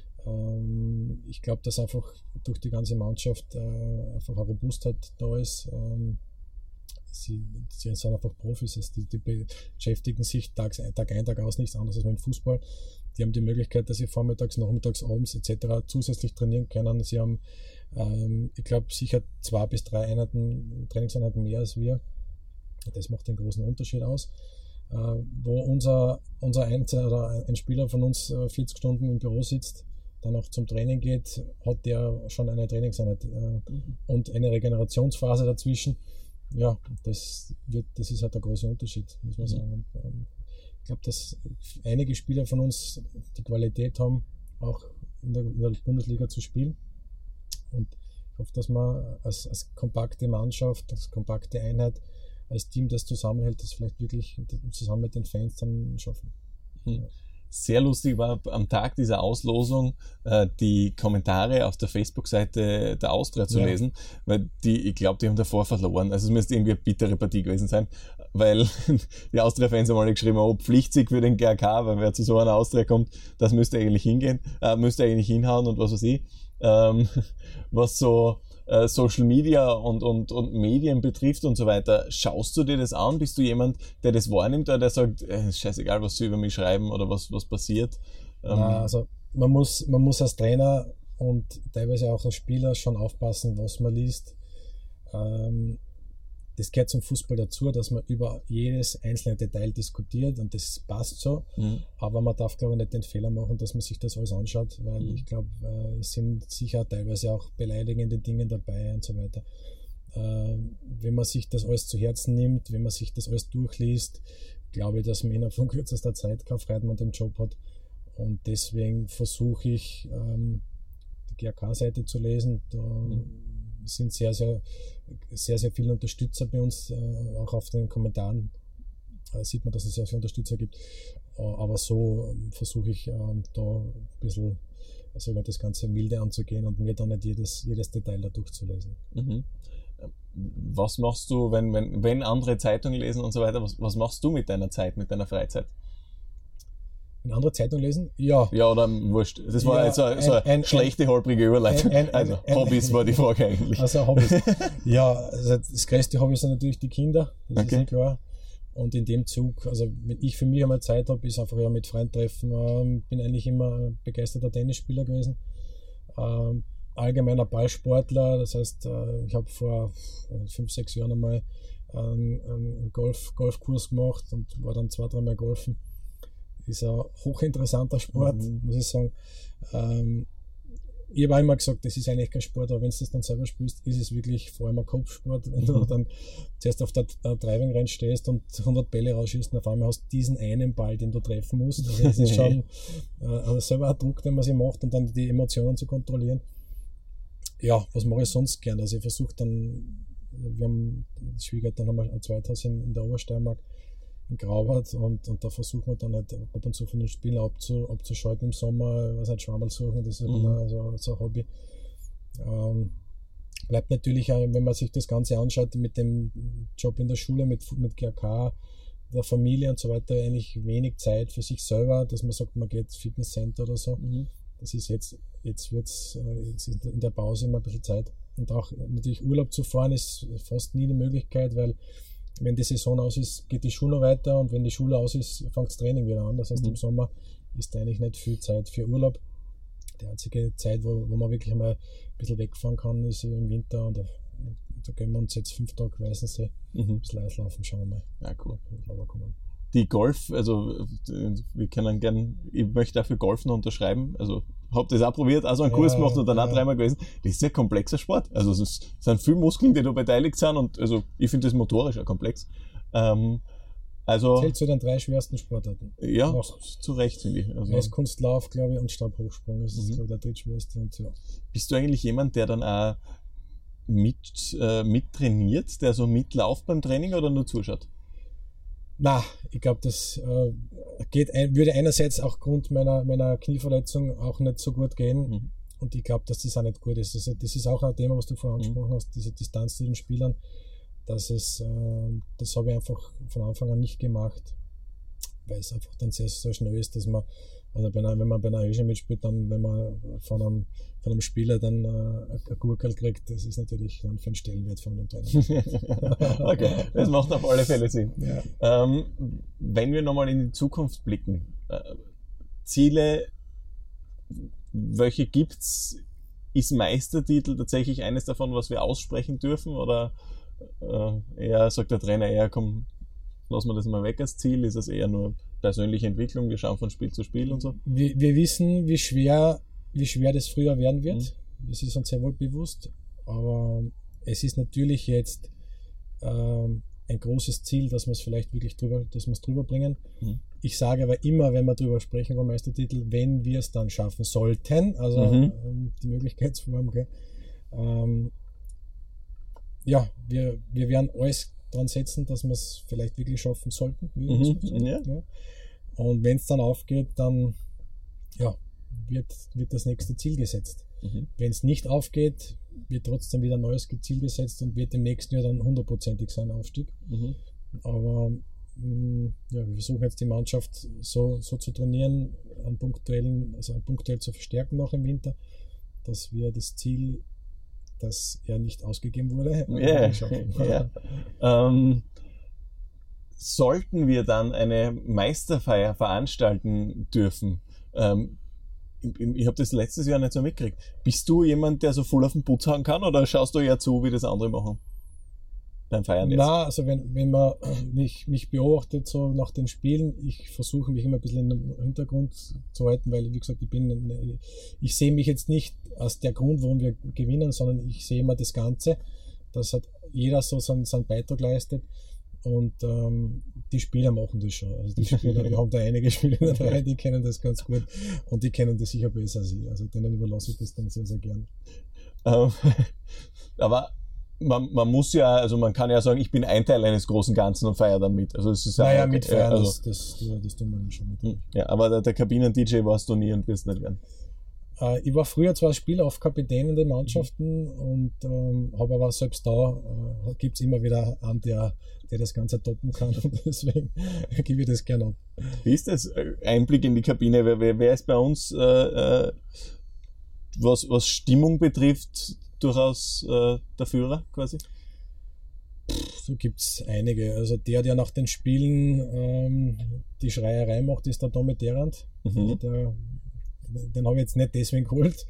Ähm, ich glaube, dass einfach durch die ganze Mannschaft äh, einfach eine Robustheit da ist. Ähm, Sie, sie sind einfach Profis, also die, die beschäftigen sich Tag, Tag ein, Tag aus nichts anderes als mit dem Fußball. Die haben die Möglichkeit, dass sie vormittags, nachmittags, abends et cetera zusätzlich trainieren können. Sie haben, ähm, ich glaube, sicher zwei bis drei Einheiten, Trainingseinheiten mehr als wir. Das macht den großen Unterschied aus. Äh, wo unser, unser Einzel oder ein Spieler von uns äh, vierzig Stunden im Büro sitzt, dann auch zum Training geht, hat der schon eine Trainingseinheit äh, mhm. und eine Regenerationsphase dazwischen. Ja, das, wird, das ist halt der große Unterschied, muss man sagen. Und, ähm, ich glaube, dass einige Spieler von uns die Qualität haben, auch in der, in der Bundesliga zu spielen. Und ich hoffe, dass man als, als kompakte Mannschaft, als kompakte Einheit, als Team, das zusammenhält, das vielleicht wirklich zusammen mit den Fans dann schaffen. Mhm. Ja. Sehr lustig war am Tag dieser Auslosung äh, die Kommentare auf der Facebook-Seite der Austria zu ja. lesen, weil die, ich glaube, die haben davor verloren. Also es müsste irgendwie eine bittere Partie gewesen sein, weil die Austria-Fans haben alle geschrieben, oh, Pflichtsieg für den G A K, weil wer zu so einer Austria kommt, das müsste eigentlich hingehen, äh, müsste eigentlich hinhauen und was weiß ich. Ähm, was so äh, Social Media und, und, und Medien betrifft und so weiter, schaust du dir das an? Bist du jemand, der das wahrnimmt oder der sagt, äh, ist scheißegal, was sie über mich schreiben oder was, was passiert? Ähm, Nein, also man muss, man muss als Trainer und teilweise auch als Spieler schon aufpassen, was man liest. Ähm, das gehört zum Fußball dazu, dass man über jedes einzelne Detail diskutiert und das passt so, mhm. aber man darf, glaube ich, nicht den Fehler machen, dass man sich das alles anschaut, weil mhm. ich glaube, äh, es sind sicher teilweise auch beleidigende Dinge dabei und so weiter. Äh, wenn man sich das alles zu Herzen nimmt, wenn man sich das alles durchliest, glaube ich, dass man innerhalb von kürzester Zeit keine Freude an dem Job hat und deswegen versuche ich, ähm, die G A K-Seite zu lesen. Da mhm. sind sehr, sehr, sehr, sehr viele Unterstützer bei uns, äh, auch auf den Kommentaren. sieht man, dass es sehr viele Unterstützer gibt. Aber so ähm, versuche ich ähm, da ein bisschen sogar das Ganze milde anzugehen und mir dann nicht jedes, jedes Detail da durchzulesen. Mhm. Was machst du, wenn, wenn, wenn andere Zeitungen lesen und so weiter, was, was machst du mit deiner Zeit, mit deiner Freizeit? In andere Zeitung lesen? Ja. Ja, oder wurscht. Das war Ja, jetzt so, so eine ein, schlechte, holprige Überleitung. Ein, ein, also, ein, Hobbys war die Frage eigentlich. Also, Hobbys. Ja, also das größte Hobby sind natürlich die Kinder, das okay. ist ja klar. Und in dem Zug, also wenn ich für mich einmal Zeit habe, ist einfach ja mit Freunden treffen. Ähm, bin eigentlich immer begeisterter Tennisspieler gewesen. Ähm, allgemeiner Ballsportler, das heißt, äh, ich habe vor äh, fünf, sechs Jahren einmal einen, einen Golf, Golfkurs gemacht und war dann zwei, dreimal golfen. Ist ein hochinteressanter Sport, mhm. muss ich sagen. Ähm, ich habe auch immer gesagt, das ist eigentlich kein Sport, aber wenn du das dann selber spielst, ist es wirklich vor allem ein Kopfsport. Wenn mhm. du dann zuerst auf der, der Driving Range stehst und hundert Bälle rausschießt und auf einmal hast du diesen einen Ball, den du treffen musst. Also das ist schon äh, also selber ein Druck, den man sich macht und dann die Emotionen zu kontrollieren. Ja, was mache ich sonst gern? Also ich versuche dann, wir haben die Schwiegereltern haben ein Zweithaus in, in der Obersteiermark, in Grauwart, und, und da versuchen wir dann halt ab und zu von den Spielen abzu, abzuschalten im Sommer, was halt Schwammerl suchen, das ist mhm. also, so ein Hobby. Ähm, bleibt natürlich, auch, wenn man sich das Ganze anschaut, mit dem Job in der Schule, mit, mit G A K, der Familie und so weiter, eigentlich wenig Zeit für sich selber, dass man sagt, man geht ins Fitnesscenter oder so. Mhm. Das ist jetzt, jetzt wird es in der Pause immer ein bisschen Zeit. Und auch natürlich Urlaub zu fahren ist fast nie eine Möglichkeit, weil wenn die Saison aus ist, geht die Schule weiter, und wenn die Schule aus ist, fängt das Training wieder an. Das heißt, mhm. im Sommer ist eigentlich nicht viel Zeit für Urlaub. Die einzige Zeit, wo, wo man wirklich einmal ein bisschen wegfahren kann, ist im Winter, und da, da gehen wir uns jetzt fünf Tage Weißensee, mhm. ein bisschen Eislaufen, schauen wir mal. Ja, cool. Die Golf, also wir können gern, ich möchte dafür Golfen unterschreiben, also habe das auch probiert, also einen Kurs ja, gemacht und dann ja. auch dreimal gewesen. Das ist ja ein komplexer Sport, also es sind viele Muskeln, die da beteiligt sind, und also ich finde das motorisch auch komplex. Ähm, also, zählt zu den drei schwersten Sportarten. Ja, Nach, zu Recht, finde ich. Also, Eiskunstlauf, glaube ich, und Stabhochsprung, das ist, mhm. glaube ich, der drittschwerste. Und, ja. Bist du eigentlich jemand, der dann auch mit, äh, mit trainiert, der so mitlauft beim Training oder nur zuschaut? Na, ich glaube, das äh, geht ein, würde einerseits auch aufgrund meiner, meiner Knieverletzung auch nicht so gut gehen. Mhm. Und ich glaube, dass das auch nicht gut ist. Also das ist auch ein Thema, was du vorhin angesprochen mhm. hast, diese Distanz zu den Spielern. Dass es, äh, das habe ich einfach von Anfang an nicht gemacht, weil es einfach dann sehr, sehr schnell ist, dass man, also bei einer, wenn man bei einer Ösche mitspielt, dann, wenn man von einem, von einem Spieler dann äh, ein Gurkel kriegt, das ist natürlich dann für einen Stellenwert von einem Trainer. Okay, das macht auf alle Fälle Sinn. Ja. Ähm, wenn wir nochmal in die Zukunft blicken, äh, Ziele, welche gibt's? Ist Meistertitel tatsächlich eines davon, was wir aussprechen dürfen, oder äh, eher sagt der Trainer, eher komm, lassen wir das mal weg als Ziel, ist das eher nur persönliche Entwicklung, wir schauen von Spiel zu Spiel und so? Wir, wir wissen, wie schwer, wie schwer das früher werden wird, mhm. das ist uns sehr wohl bewusst, aber es ist natürlich jetzt ähm, ein großes Ziel, dass wir es vielleicht wirklich drüber, dass wir es drüber bringen. Mhm. Ich sage aber immer, wenn wir drüber sprechen über Meistertitel, wenn wir es dann schaffen sollten, also mhm. ähm, die Möglichkeitsform, gell, ähm, ja, wir, wir werden alles dran setzen, dass wir es vielleicht wirklich schaffen sollten. Mhm, ja. Ja. Und wenn es dann aufgeht, dann ja, wird, wird das nächste Ziel gesetzt. Mhm. Wenn es nicht aufgeht, wird trotzdem wieder ein neues Ziel gesetzt und wird im nächsten Jahr dann hundertprozentig sein Aufstieg. Mhm. Aber mh, ja, wir versuchen jetzt die Mannschaft so, so zu trainieren, an punktuellen, also an punktuell zu verstärken noch im Winter, dass wir das Ziel, das ja nicht ausgegeben wurde, yeah. ja. ähm, sollten wir dann eine Meisterfeier veranstalten dürfen, ähm, ich, ich habe das letztes Jahr nicht so mitgekriegt. Bist du jemand, der so voll auf den Putz hauen kann, oder schaust du eher zu, wie das andere machen? Beim Feiern jetzt? Na, also wenn, wenn man mich, mich beobachtet so nach den Spielen, ich versuche mich immer ein bisschen im Hintergrund zu halten, weil, wie gesagt, ich bin, ich sehe mich jetzt nicht als der Grund, warum wir gewinnen, sondern ich sehe immer das Ganze, dass hat jeder so seinen, seinen Beitrag leistet, und ähm, die Spieler machen das schon. Also die Spieler, wir haben da einige Spieler dabei, die kennen das ganz gut, und die kennen das sicher besser als ich. Also denen überlasse ich das dann sehr, sehr gern. Ähm, aber man, man muss ja, also man kann ja sagen, ich bin ein Teil eines großen Ganzen und feiere dann mit. Also es ist naja, auch, mit feiern, also, das, das, das, das tun wir schon mit. Ja, aber der, der Kabinen-D J warst du nie und wirst nicht werden. Äh, ich war früher zwar Spieler auf Kapitän in den Mannschaften mhm. und ähm, habe aber selbst da äh, gibt es immer wieder einen, der, der das Ganze toppen kann und deswegen gebe ich das gerne ab. Wie ist das? Einblick in die Kabine, wer, wer, wer ist bei uns, äh, äh, was, was Stimmung betrifft, durchaus äh, der Führer quasi? So gibt es einige. Also der, der nach den Spielen ähm, die Schreierei macht, ist der Tommy Terrand. Mhm. Der, den habe ich jetzt nicht deswegen geholt.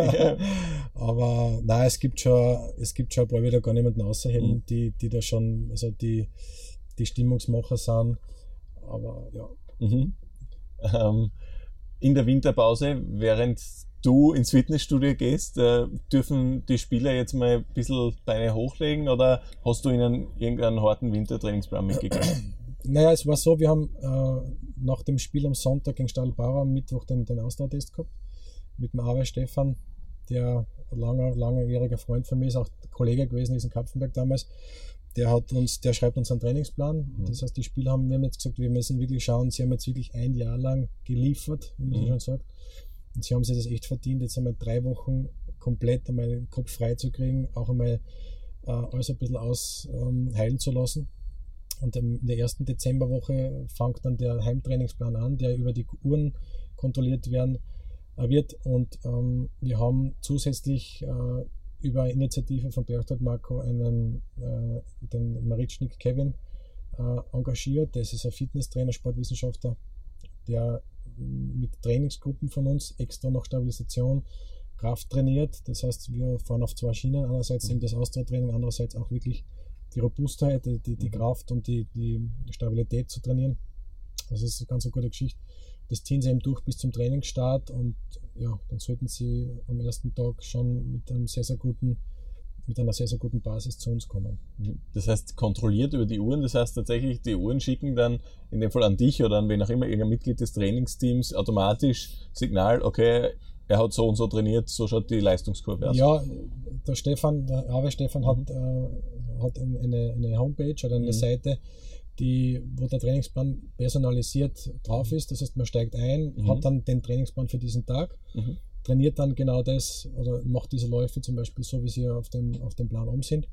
Aber nein, es gibt schon, es gibt schon ein paar, wieder gar niemanden außerheben, mhm. die, die da schon, also die, die Stimmungsmacher sind. Aber ja. Mhm. Ähm, in der Winterpause, während du ins Fitnessstudio gehst, äh, dürfen die Spieler jetzt mal ein bisschen Beine hochlegen oder hast du ihnen irgendeinen harten Wintertrainingsplan mitgegeben? Naja, es war so, wir haben äh, nach dem Spiel am Sonntag gegen Stadelbauer am Mittwoch den, den Ausdauertest gehabt mit dem Awe Stefan, der ein langer, langjähriger Freund von mir ist, auch Kollege gewesen ist in Kapfenberg damals. Der hat uns, der schreibt uns einen Trainingsplan. Mhm. Das heißt, die Spieler haben, wir haben jetzt gesagt, wir müssen wirklich schauen, sie haben jetzt wirklich ein Jahr lang geliefert, wie man mhm. schon sagt. Und sie haben sich das echt verdient, jetzt einmal drei Wochen komplett einmal den Kopf frei zu kriegen, auch einmal äh, alles ein bisschen ausheilen ähm, zu lassen. Und in der ersten Dezemberwoche fängt dann der Heimtrainingsplan an, der über die Uhren kontrolliert werden äh, wird. Und ähm, wir haben zusätzlich äh, über Initiative von Berchtold Marco einen, äh, den Maritschnik Kevin äh, engagiert. Das ist ein Fitnesstrainer, Sportwissenschaftler, der mit Trainingsgruppen von uns extra noch Stabilisation, Kraft trainiert. Das heißt, wir fahren auf zwei Schienen. Einerseits eben das Ausdauertraining, andererseits auch wirklich die Robustheit, die, die, die Kraft und die, die Stabilität zu trainieren. Das ist eine ganz eine gute Geschichte. Das ziehen sie eben durch bis zum Trainingsstart und ja, dann sollten sie am ersten Tag schon mit einem sehr, sehr guten mit einer sehr, sehr guten Basis zu uns kommen. Das heißt, kontrolliert über die Uhren, das heißt tatsächlich, die Uhren schicken dann in dem Fall an dich oder an wen auch immer, irgendein Mitglied des Trainingsteams automatisch Signal, okay, er hat so und so trainiert, so schaut die Leistungskurve aus. Ja, der Stefan, der Awe Stefan mhm. hat, äh, hat eine, eine Homepage oder eine mhm. Seite, die, wo der Trainingsplan personalisiert drauf ist, das heißt, man steigt ein, mhm. hat dann den Trainingsplan für diesen Tag, mhm. trainiert dann genau das oder macht diese Läufe zum Beispiel so, wie sie auf dem, auf dem Plan um sind,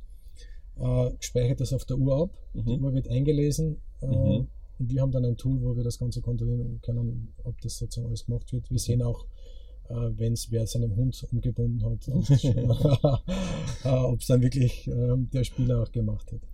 äh, speichert das auf der Uhr ab, mhm. die Uhr wird eingelesen äh, mhm. und wir haben dann ein Tool, wo wir das Ganze kontrollieren können, ob das sozusagen alles gemacht wird. Wir sehen auch, äh, wenn es wer seinen Hund umgebunden hat, äh, ob es dann wirklich äh, der Spieler auch gemacht hat.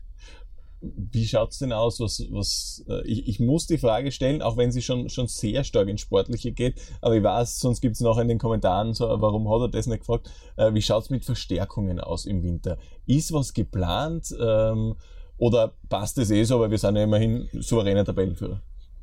Wie schaut's denn aus? Was, was, äh, ich, ich muss die Frage stellen, auch wenn sie schon, schon sehr stark ins Sportliche geht, aber ich weiß, sonst gibt's noch in den Kommentaren so, warum hat er das nicht gefragt? Äh, wie schaut's mit Verstärkungen aus im Winter? Ist was geplant ähm, oder passt es eh so, weil wir sind ja immerhin souveräner Tabellenführer?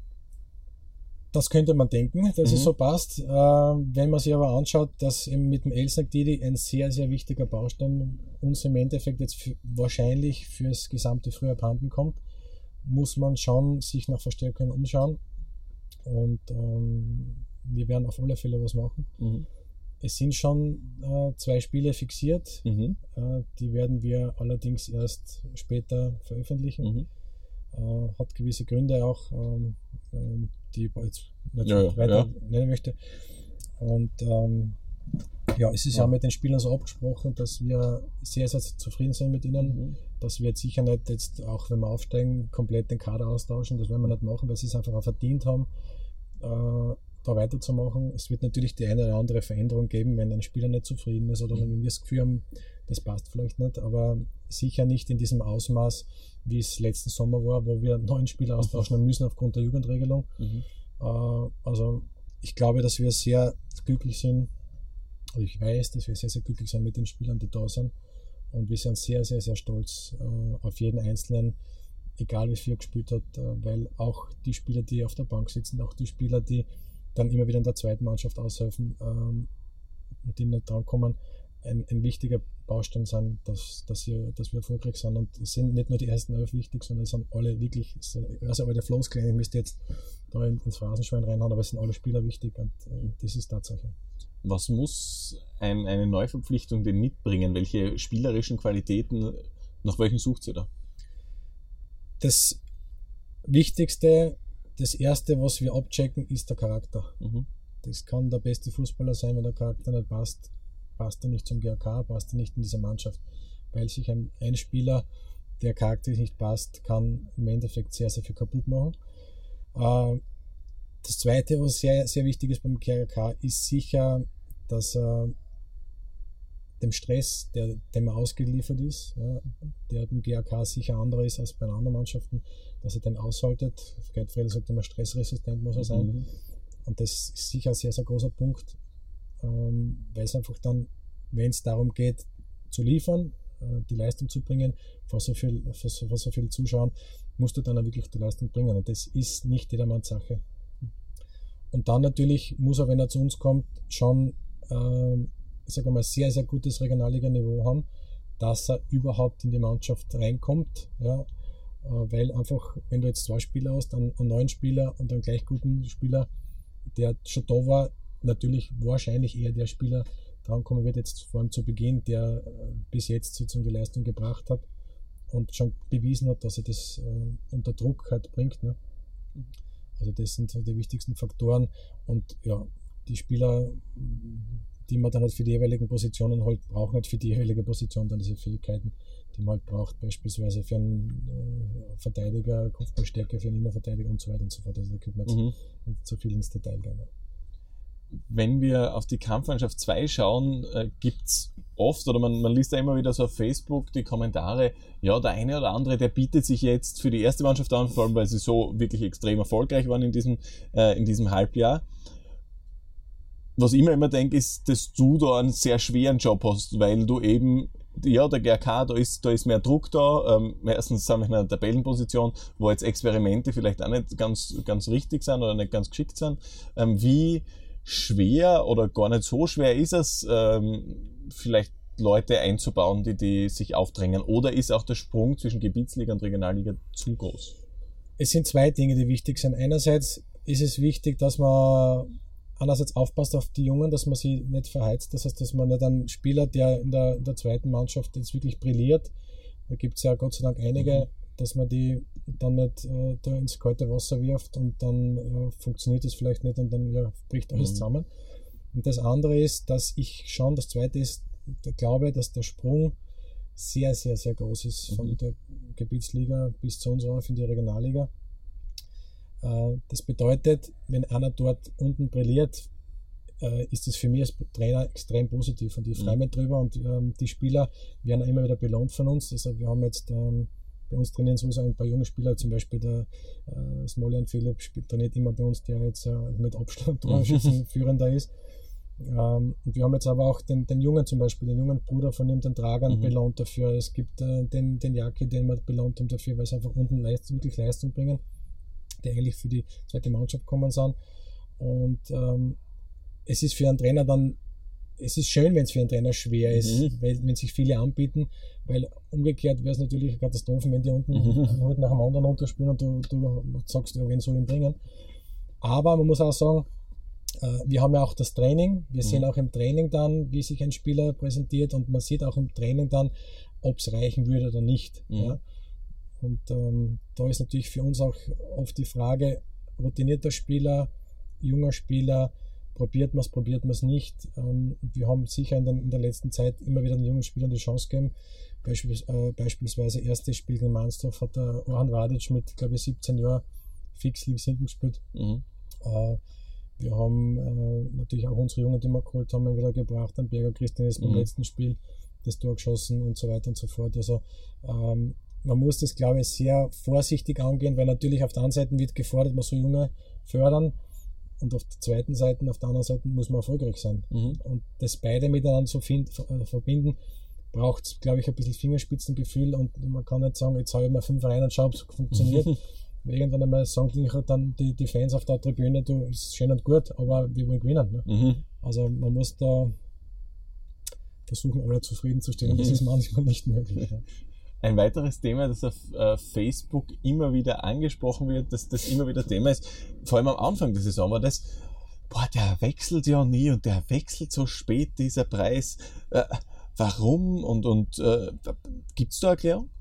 Das könnte man denken, dass mhm. es so passt. Äh, wenn man sich aber anschaut, dass eben mit dem Elsnack Didi ein sehr, sehr wichtiger Baustein uns im Endeffekt jetzt für, wahrscheinlich fürs gesamte Frühjahr abhanden kommt, muss man schon sich nach Verstärkungen umschauen. Und ähm, wir werden auf alle Fälle was machen. Mhm. Es sind schon äh, zwei Spiele fixiert. Mhm. Äh, die werden wir allerdings erst später veröffentlichen. Mhm. Äh, hat gewisse Gründe auch, ähm, ähm, die ich jetzt nicht ja, ja, weiter ja. nennen möchte. Und ähm, ja, es ist ja. ja mit den Spielern so abgesprochen, dass wir sehr, sehr zufrieden sind mit ihnen, mhm. dass wir jetzt sicher nicht jetzt, auch wenn wir aufsteigen, komplett den Kader austauschen. Das werden wir nicht machen, weil sie es einfach auch verdient haben, äh, da weiterzumachen. Es wird natürlich die eine oder andere Veränderung geben, wenn ein Spieler nicht zufrieden ist oder mhm. wenn wir das Gefühl haben, das passt vielleicht nicht, aber sicher nicht in diesem Ausmaß, wie es letzten Sommer war, wo wir neun Spieler austauschen müssen aufgrund der Jugendregelung. Mhm. Äh, also ich glaube, dass wir sehr glücklich sind, also ich weiß, dass wir sehr, sehr glücklich sind mit den Spielern, die da sind, und wir sind sehr, sehr, sehr stolz äh, auf jeden Einzelnen, egal wie viel er gespielt hat, äh, weil auch die Spieler, die auf der Bank sitzen, auch die Spieler, die dann immer wieder in der zweiten Mannschaft aushelfen ähm, und die nicht drankommen, ein, ein wichtiger Baustein sind, dass, dass, wir, dass wir erfolgreich sind. Und es sind nicht nur die ersten elf wichtig, sondern es sind alle wirklich, also aber der Floskel, ich müsste jetzt da ins Phrasenschwein reinhauen, aber es sind alle Spieler wichtig und äh, das ist Tatsache. Was muss ein, eine Neuverpflichtung denn mitbringen? Welche spielerischen Qualitäten, nach welchen sucht ihr da? Das Wichtigste, das Erste, was wir abchecken, ist der Charakter. Mhm. Das kann der beste Fußballer sein, wenn der Charakter nicht passt, passt er nicht zum G A K, passt er nicht in diese Mannschaft. Weil sich ein, ein Spieler, der charakterlich nicht passt, kann im Endeffekt sehr, sehr viel kaputt machen. Äh, das Zweite, was sehr, sehr wichtig ist beim G A K, ist sicher, dass er dem Stress, der, dem er ausgeliefert ist, ja, der beim G A K sicher anderer ist als bei anderen Mannschaften, dass er den aushaltet. Gerd Frehler sagt immer, stressresistent muss er sein. Mhm. Und das ist sicher ein sehr, sehr großer Punkt, ähm, weil es einfach dann, wenn es darum geht, zu liefern, äh, die Leistung zu bringen, vor so viel, vor so, vor so viel Zuschauern, musst du dann auch wirklich die Leistung bringen. Und das ist nicht jedermanns Sache. Und dann natürlich muss er, wenn er zu uns kommt, schon äh, ich sage mal, sehr, sehr gutes Regionalliga-Niveau haben, dass er überhaupt in die Mannschaft reinkommt. Ja, weil einfach, wenn du jetzt zwei Spieler hast, einen, einen neuen Spieler und einen gleich guten Spieler, der schon da war, natürlich wahrscheinlich eher der Spieler drankommen wird, jetzt vor allem zu Beginn, der bis jetzt sozusagen die Leistung gebracht hat und schon bewiesen hat, dass er das äh, unter Druck halt bringt. Ne? Also das sind die wichtigsten Faktoren und ja, die Spieler, die man dann halt für die jeweiligen Positionen halt brauchen, halt für die jeweilige Position dann diese Fähigkeiten, die man halt braucht, beispielsweise für einen äh, Verteidiger, Kopfballstärke, für einen Innenverteidiger und so weiter und so fort. Also da könnte man jetzt mhm. nicht so viel ins Detail gehen. Wenn wir auf die Kampfmannschaft zwei schauen, äh, gibt es oft, oder man, man liest da immer wieder so auf Facebook die Kommentare, ja, der eine oder andere, der bietet sich jetzt für die erste Mannschaft an, vor allem weil sie so wirklich extrem erfolgreich waren in diesem, äh, in diesem Halbjahr. Was ich mir immer denke, ist, dass du da einen sehr schweren Job hast, weil du eben, ja, der G A K, da ist, da ist mehr Druck da. Ähm, erstens sind wir in einer Tabellenposition, wo jetzt Experimente vielleicht auch nicht ganz, ganz richtig sind oder nicht ganz geschickt sind. Ähm, wie schwer oder gar nicht so schwer ist es, ähm, vielleicht Leute einzubauen, die, die sich aufdrängen? Oder ist auch der Sprung zwischen Gebietsliga und Regionalliga zu groß? Es sind zwei Dinge, die wichtig sind. Einerseits ist es wichtig, dass man einerseits aufpasst auf die Jungen, dass man sie nicht verheizt. Das heißt, dass man nicht einen Spieler, der in der, in der zweiten Mannschaft jetzt wirklich brilliert, da gibt es ja Gott sei Dank einige, mhm. dass man die dann nicht äh, da ins kalte Wasser wirft und dann ja, funktioniert das vielleicht nicht und dann ja, bricht alles mhm. zusammen. Und das andere ist, dass ich schon, das zweite ist, ich glaube, dass der Sprung sehr, sehr, sehr groß ist, mhm. von der Gebietsliga bis zu uns rauf in die Regionalliga. Das bedeutet, wenn einer dort unten brilliert, ist das für mich als Trainer extrem positiv und ich freue mich drüber und ähm, die Spieler werden immer wieder belohnt von uns. Also wir haben jetzt ähm, bei uns trainieren sowieso ein paar junge Spieler, zum Beispiel der äh, Smolian Philipp spielt, trainiert immer bei uns, der jetzt äh, mit Abstand Torschützen führender ist. Ähm, und wir haben jetzt aber auch den, den Jungen zum Beispiel, den jungen Bruder von ihm, den Dragan, mhm. belohnt dafür. Es gibt äh, den, den Jaki, den wir belohnt haben dafür, weil sie einfach unten Leistung, wirklich Leistung bringen, die eigentlich für die zweite Mannschaft kommen sind. Und ähm, es ist für einen Trainer dann, es ist schön, wenn es für einen Trainer schwer ist, mhm. weil, wenn sich viele anbieten, weil umgekehrt wäre es natürlich eine Katastrophe, wenn die unten mhm. halt nach dem anderen unterspielen und du, du sagst, ja, wen soll ihn bringen. Aber man muss auch sagen, äh, wir haben ja auch das Training, wir mhm. sehen auch im Training dann, wie sich ein Spieler präsentiert und man sieht auch im Training dann, ob es reichen würde oder nicht. Mhm. Ja? Und ähm, da ist natürlich für uns auch oft die Frage, routinierter Spieler, junger Spieler, probiert man es, probiert man es nicht. Ähm, wir haben sicher in, den, in der letzten Zeit immer wieder den jungen Spielern die Chance gegeben. Beispiels, äh, beispielsweise erstes Spiel gegen Mansdorf hat der Orhan Radic mit, glaube ich, siebzehn Jahren fix links hinten gespielt. Mhm. Äh, wir haben äh, natürlich auch unsere Jungen, die wir geholt haben, wieder gebracht. Dann Berger Christian ist beim mhm. letzten Spiel das Tor geschossen und so weiter und so fort. Also ähm, man muss das, glaube ich, sehr vorsichtig angehen, weil natürlich auf der einen Seite wird gefordert, man soll Junge fördern und auf der zweiten Seite, auf der anderen Seite muss man erfolgreich sein. Mhm. Und das beide miteinander so find, verbinden, braucht es, glaube ich, ein bisschen Fingerspitzengefühl und man kann nicht sagen, jetzt habe ich mal fünf rein und schau, ob es funktioniert. Mhm. Irgendwann einmal sagen die, dann die, die Fans auf der Tribüne, du, ist schön und gut, aber wir wollen gewinnen. Ne? Mhm. Also man muss da versuchen, alle zufriedenzustellen. Mhm. Das ist manchmal nicht möglich. Ne? Ein weiteres Thema, das auf äh, Facebook immer wieder angesprochen wird, dass das immer wieder Thema ist, vor allem am Anfang der Saison war das, boah, der wechselt ja nie und der wechselt so spät, dieser Preis. Äh, warum? Und, und äh, gibt es da Erklärung?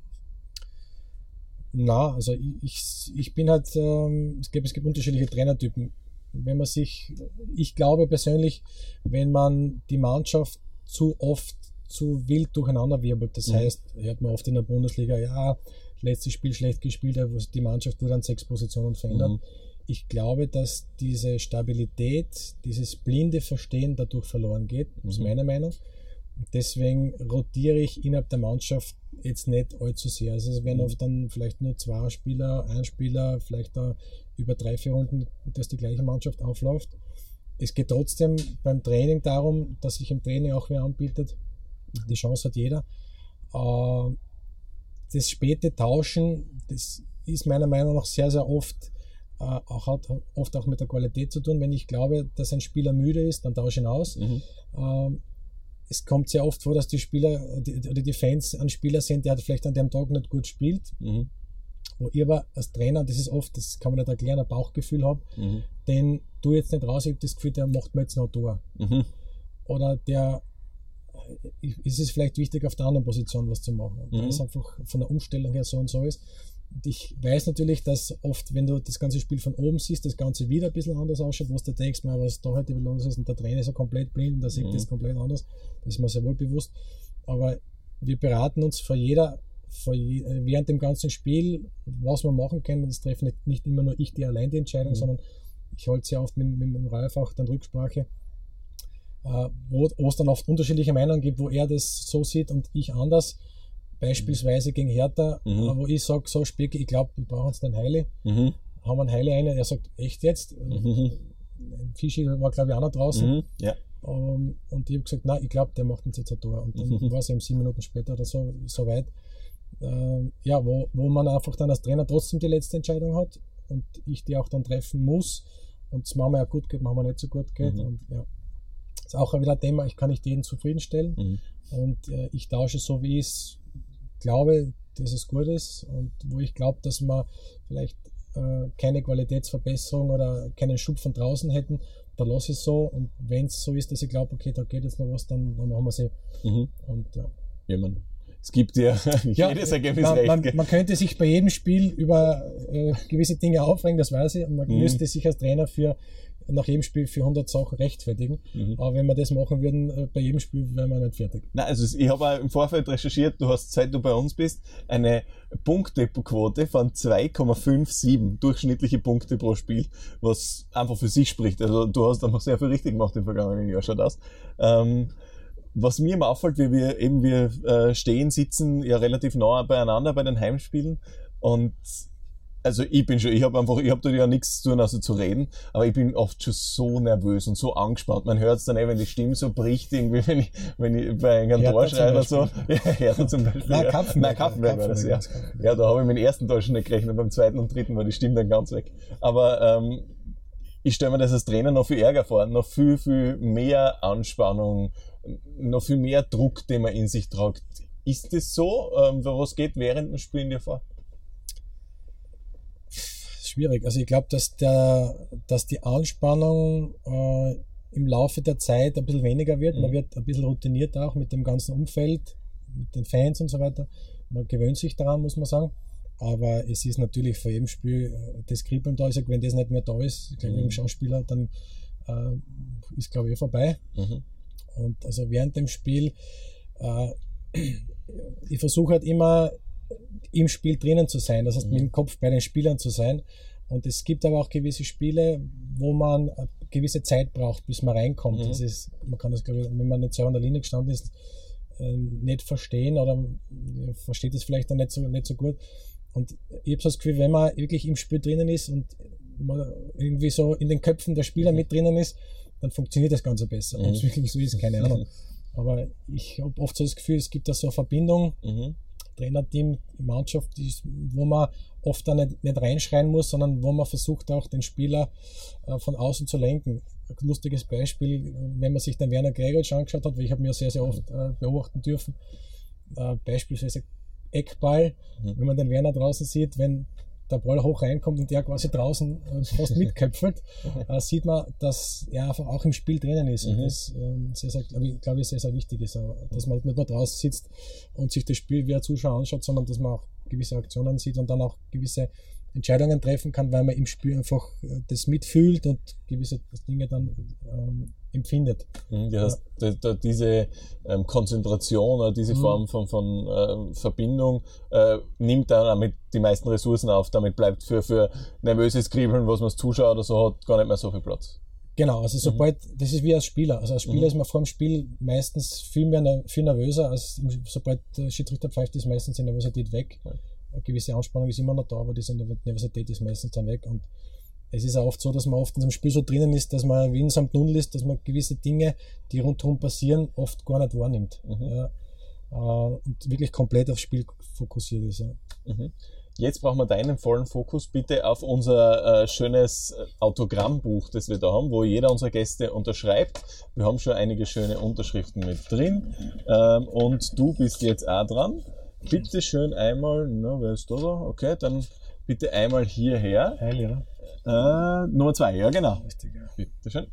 Na, also ich, ich, ich bin halt, ähm, es gibt, es gibt unterschiedliche Trainertypen. Wenn man sich, ich glaube persönlich, wenn man die Mannschaft zu oft zu wild durcheinander wirbelt, das mhm. heißt, hört man oft in der Bundesliga, ja, letztes Spiel schlecht gespielt, die Mannschaft wurde an sechs Positionen verändert. Mhm. Ich glaube, dass diese Stabilität, dieses blinde Verstehen dadurch verloren geht, mhm. ist meine Meinung. Deswegen rotiere ich innerhalb der Mannschaft jetzt nicht allzu sehr. Also es werden mhm. oft dann vielleicht nur zwei Spieler, ein Spieler, vielleicht da über drei, vier Runden, dass die gleiche Mannschaft aufläuft. Es geht trotzdem beim Training darum, dass sich im Training auch wer anbietet. Die Chance hat jeder. Das späte Tauschen, das ist meiner Meinung nach sehr, sehr oft auch, hat oft auch mit der Qualität zu tun. Wenn ich glaube, dass ein Spieler müde ist, dann tausche ich ihn aus. Mhm. Es kommt sehr oft vor, dass die Spieler oder die Fans einen Spieler sehen, der vielleicht an dem Tag nicht gut spielt. Mhm. Wo ich aber als Trainer, das ist oft, das kann man nicht erklären, ein Bauchgefühl habe, mhm. den tu jetzt nicht raus, ich habe das Gefühl, der macht mir jetzt noch Tor. Mhm. Oder der, es ist vielleicht wichtig, auf der anderen Position was zu machen. Mhm. Weil es einfach von der Umstellung her so und so ist. Und ich weiß natürlich, dass oft, wenn du das ganze Spiel von oben siehst, das Ganze wieder ein bisschen anders ausschaut, wo du denkst, was da heute los ist und der Trainer ist ja komplett blind und der sieht mhm. das komplett anders. Das ist mir sehr wohl bewusst. Aber wir beraten uns vor jeder Vor je, während dem ganzen Spiel, was wir machen können. Das treffen nicht, nicht immer nur ich die allein die Entscheidung, mhm. sondern ich halte sehr oft mit, mit dem Ralf auch dann Rücksprache, äh, wo, wo es dann oft unterschiedliche Meinungen gibt, wo er das so sieht und ich anders. Beispielsweise gegen Hertha, mhm. wo ich sage, so Spiel, ich glaube, wir brauchen jetzt einen Heile. Mhm. Haben wir einen Heile rein, er sagt, echt jetzt? Mhm. Fischi war, glaube ich, auch noch draußen. Mhm. Ja. Um, und ich habe gesagt, nein, ich glaube, der macht uns jetzt ein Tor. Und dann mhm. war es eben sieben Minuten später oder so, so weit. Äh, ja, wo, wo man einfach dann als Trainer trotzdem die letzte Entscheidung hat und ich die auch dann treffen muss. Und es manchmal auch gut geht, manchmal nicht so gut geht. Mhm. Und ja, das ist auch wieder ein Thema, ich kann nicht jeden zufriedenstellen. Mhm. Und äh, ich tausche so, wie ich es glaube, dass es gut ist. Und wo ich glaube, dass wir vielleicht äh, keine Qualitätsverbesserung oder keinen Schub von draußen hätten, da lasse ich es so. Und wenn es so ist, dass ich glaube, okay, da geht jetzt noch was, dann, dann machen wir es eh. Mhm. Und ja. Ja, man. Es gibt ja, ja jedes Ergebnis man, recht. Man, man könnte sich bei jedem Spiel über äh, gewisse Dinge aufregen, das weiß ich. Und man mhm. müsste sich als Trainer für nach jedem Spiel für hundert Sachen rechtfertigen. Mhm. Aber wenn wir das machen würden, äh, bei jedem Spiel wären wir nicht fertig. Nein, also ich habe auch im Vorfeld recherchiert, du hast, seit du bei uns bist, eine Punktequote von zwei Komma siebenundfünfzig durchschnittliche Punkte pro Spiel, was einfach für sich spricht. Also du hast einfach sehr viel richtig gemacht im vergangenen Jahr, schaut aus. Ähm, Was mir immer auffällt, wie wir eben wir äh, stehen, sitzen ja relativ nah beieinander bei den Heimspielen und also ich bin schon, ich habe einfach, ich habe da ja nichts zu tun, außer zu reden, aber ich bin oft schon so nervös und so angespannt. Man hört es dann eh, wenn die Stimme so bricht, irgendwie, wenn ich, wenn ich bei einem Tor schreibe oder so. Ja, Hertha zum Beispiel. Nein, ja. Kapfenberg. Nein, Kapfenberg war das, ja. Ja, da habe ich mit dem ersten Tor schon nicht gerechnet, beim zweiten und dritten war die Stimme dann ganz weg. Aber ähm, ich stelle mir das als Trainer noch viel Ärger vor, noch viel, viel mehr Anspannung, noch viel mehr Druck, den man in sich tragt. Ist das so? Ähm, was geht während dem Spielen dir vor? Schwierig. Also ich glaube, dass der, dass die Anspannung äh, im Laufe der Zeit ein bisschen weniger wird. Mhm. Man wird ein bisschen routiniert auch mit dem ganzen Umfeld, mit den Fans und so weiter. Man gewöhnt sich daran, muss man sagen. Aber es ist natürlich vor jedem Spiel äh, das Kribbeln da. Ich sage, wenn das nicht mehr da ist, ich glaube, mhm. im Schauspieler, dann äh, ist, glaube ich, eh vorbei. Mhm. Und also während dem Spiel, äh, ich versuche halt immer im Spiel drinnen zu sein, das heißt mhm. mit dem Kopf bei den Spielern zu sein. Und es gibt aber auch gewisse Spiele, wo man eine gewisse Zeit braucht, bis man reinkommt. Mhm. Das ist, man kann das, glaube ich, wenn man nicht so an der Linie gestanden ist, äh, nicht verstehen oder ja, versteht es vielleicht dann nicht so, nicht so gut. Und ich habe so das Gefühl, wenn man wirklich im Spiel drinnen ist und man irgendwie so in den Köpfen der Spieler mit drinnen ist, dann funktioniert das Ganze besser. Mhm. Ob es wirklich so ist, keine Ahnung. Aber ich habe oft so das Gefühl, es gibt da so eine Verbindung, mhm. Trainerteam, Mannschaft, wo man oft dann nicht, nicht reinschreien muss, sondern wo man versucht auch den Spieler äh, von außen zu lenken. Ein lustiges Beispiel, wenn man sich den Werner Gregoritsch angeschaut hat, weil ich habe mir sehr, sehr oft äh, beobachten dürfen, äh, beispielsweise Eckball, mhm. wenn man den Werner draußen sieht, wenn der Ball hoch reinkommt und der quasi draußen äh, fast mitköpfelt, äh, sieht man, dass er einfach auch im Spiel drinnen ist. Mhm. Und das ähm, sehr, sehr, glaube ich, glaube ich, sehr, sehr wichtig ist, dass man nicht nur draußen sitzt und sich das Spiel wie ein Zuschauer anschaut, sondern dass man auch gewisse Aktionen sieht und dann auch gewisse Entscheidungen treffen kann, weil man im Spiel einfach äh, das mitfühlt und gewisse Dinge dann ähm, empfindet. Mhm, das heißt, ja. da, da diese ähm, Konzentration oder diese mhm. Form von, von äh, Verbindung äh, nimmt dann damit die meisten Ressourcen auf. Damit bleibt für, für nervöses Kribbeln, was man als Zuschauer oder so hat, gar nicht mehr so viel Platz. Genau, also sobald, mhm. das ist wie als Spieler. Also als Spieler mhm. ist man vor dem Spiel meistens viel mehr viel nervöser, als sobald der Schiedsrichter pfeift, ist meistens die Nervosität weg. Mhm. Eine gewisse Anspannung ist immer noch da, aber diese Nervosität ist meistens dann weg. Und es ist auch oft so, dass man oft in einem Spiel so drinnen ist, dass man wie in so einem Tunnel ist, dass man gewisse Dinge, die rundherum passieren, oft gar nicht wahrnimmt. Mhm. Ja, und wirklich komplett aufs Spiel fokussiert ist. Ja. Mhm. Jetzt brauchen wir deinen vollen Fokus bitte auf unser äh, schönes Autogrammbuch, das wir da haben, wo jeder unserer Gäste unterschreibt. Wir haben schon einige schöne Unterschriften mit drin. Ähm, und du bist jetzt auch dran. Bitte schön einmal, na, wer ist da da? Okay, dann bitte einmal hierher. Heil, ja. Äh, Nummer zwei, ja genau. Richtig, ja. Bitte schön.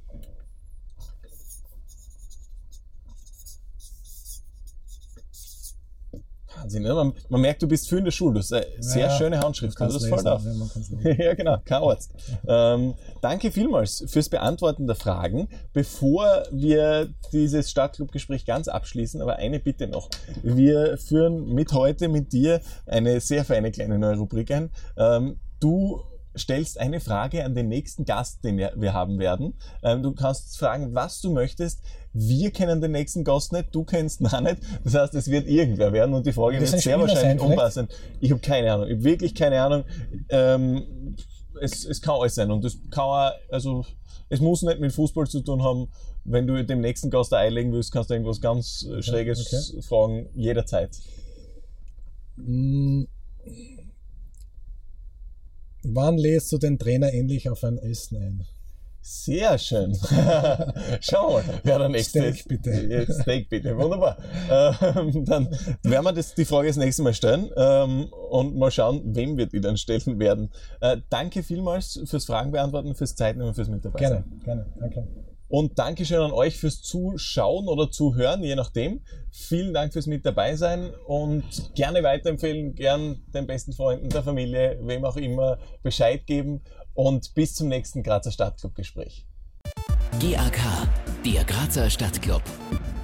Wahnsinn, ne? man, man merkt, du bist viel in der Schule. Das ist eine sehr ja, schöne Handschrift. Du das voll auf. Ja, ja, genau, kein Arzt. ähm, danke vielmals fürs Beantworten der Fragen. Bevor wir dieses Stadtclub-Gespräch ganz abschließen, aber eine Bitte noch. Wir führen mit heute mit dir eine sehr feine kleine neue Rubrik ein. Ähm, du stellst eine Frage an den nächsten Gast, den wir haben werden. Ähm, du kannst fragen, was du möchtest. Wir kennen den nächsten Gast nicht, du kennst ihn auch nicht. Das heißt, es wird irgendwer werden und die Frage wird sehr Spieler wahrscheinlich unpassend. Ich habe keine Ahnung, ich habe wirklich keine Ahnung. Ähm, es, es kann alles sein und das kann auch, also es muss nicht mit Fußball zu tun haben. Wenn du dem nächsten Gast da einlegen willst, kannst du irgendwas ganz Schräges okay. fragen, jederzeit. Mm. Wann lädst du den Trainer endlich auf ein Essen ein? Sehr schön. Schau mal, wer der nächste Steak, bitte. Steak, bitte. Wunderbar. Ähm, dann werden wir das, die Frage das nächste Mal stellen ähm, und mal schauen, wem wir die dann stellen werden. Äh, danke vielmals fürs Fragen beantworten, fürs Zeitnehmen, fürs mit dabei gerne, sein. Gerne, gerne. Danke. Und Dankeschön an euch fürs Zuschauen oder Zuhören, je nachdem. Vielen Dank fürs mit dabei sein und gerne weiterempfehlen, gern den besten Freunden, der Familie, wem auch immer Bescheid geben und bis zum nächsten Grazer Stadtclub-Gespräch. G A K, der Grazer Stadtclub.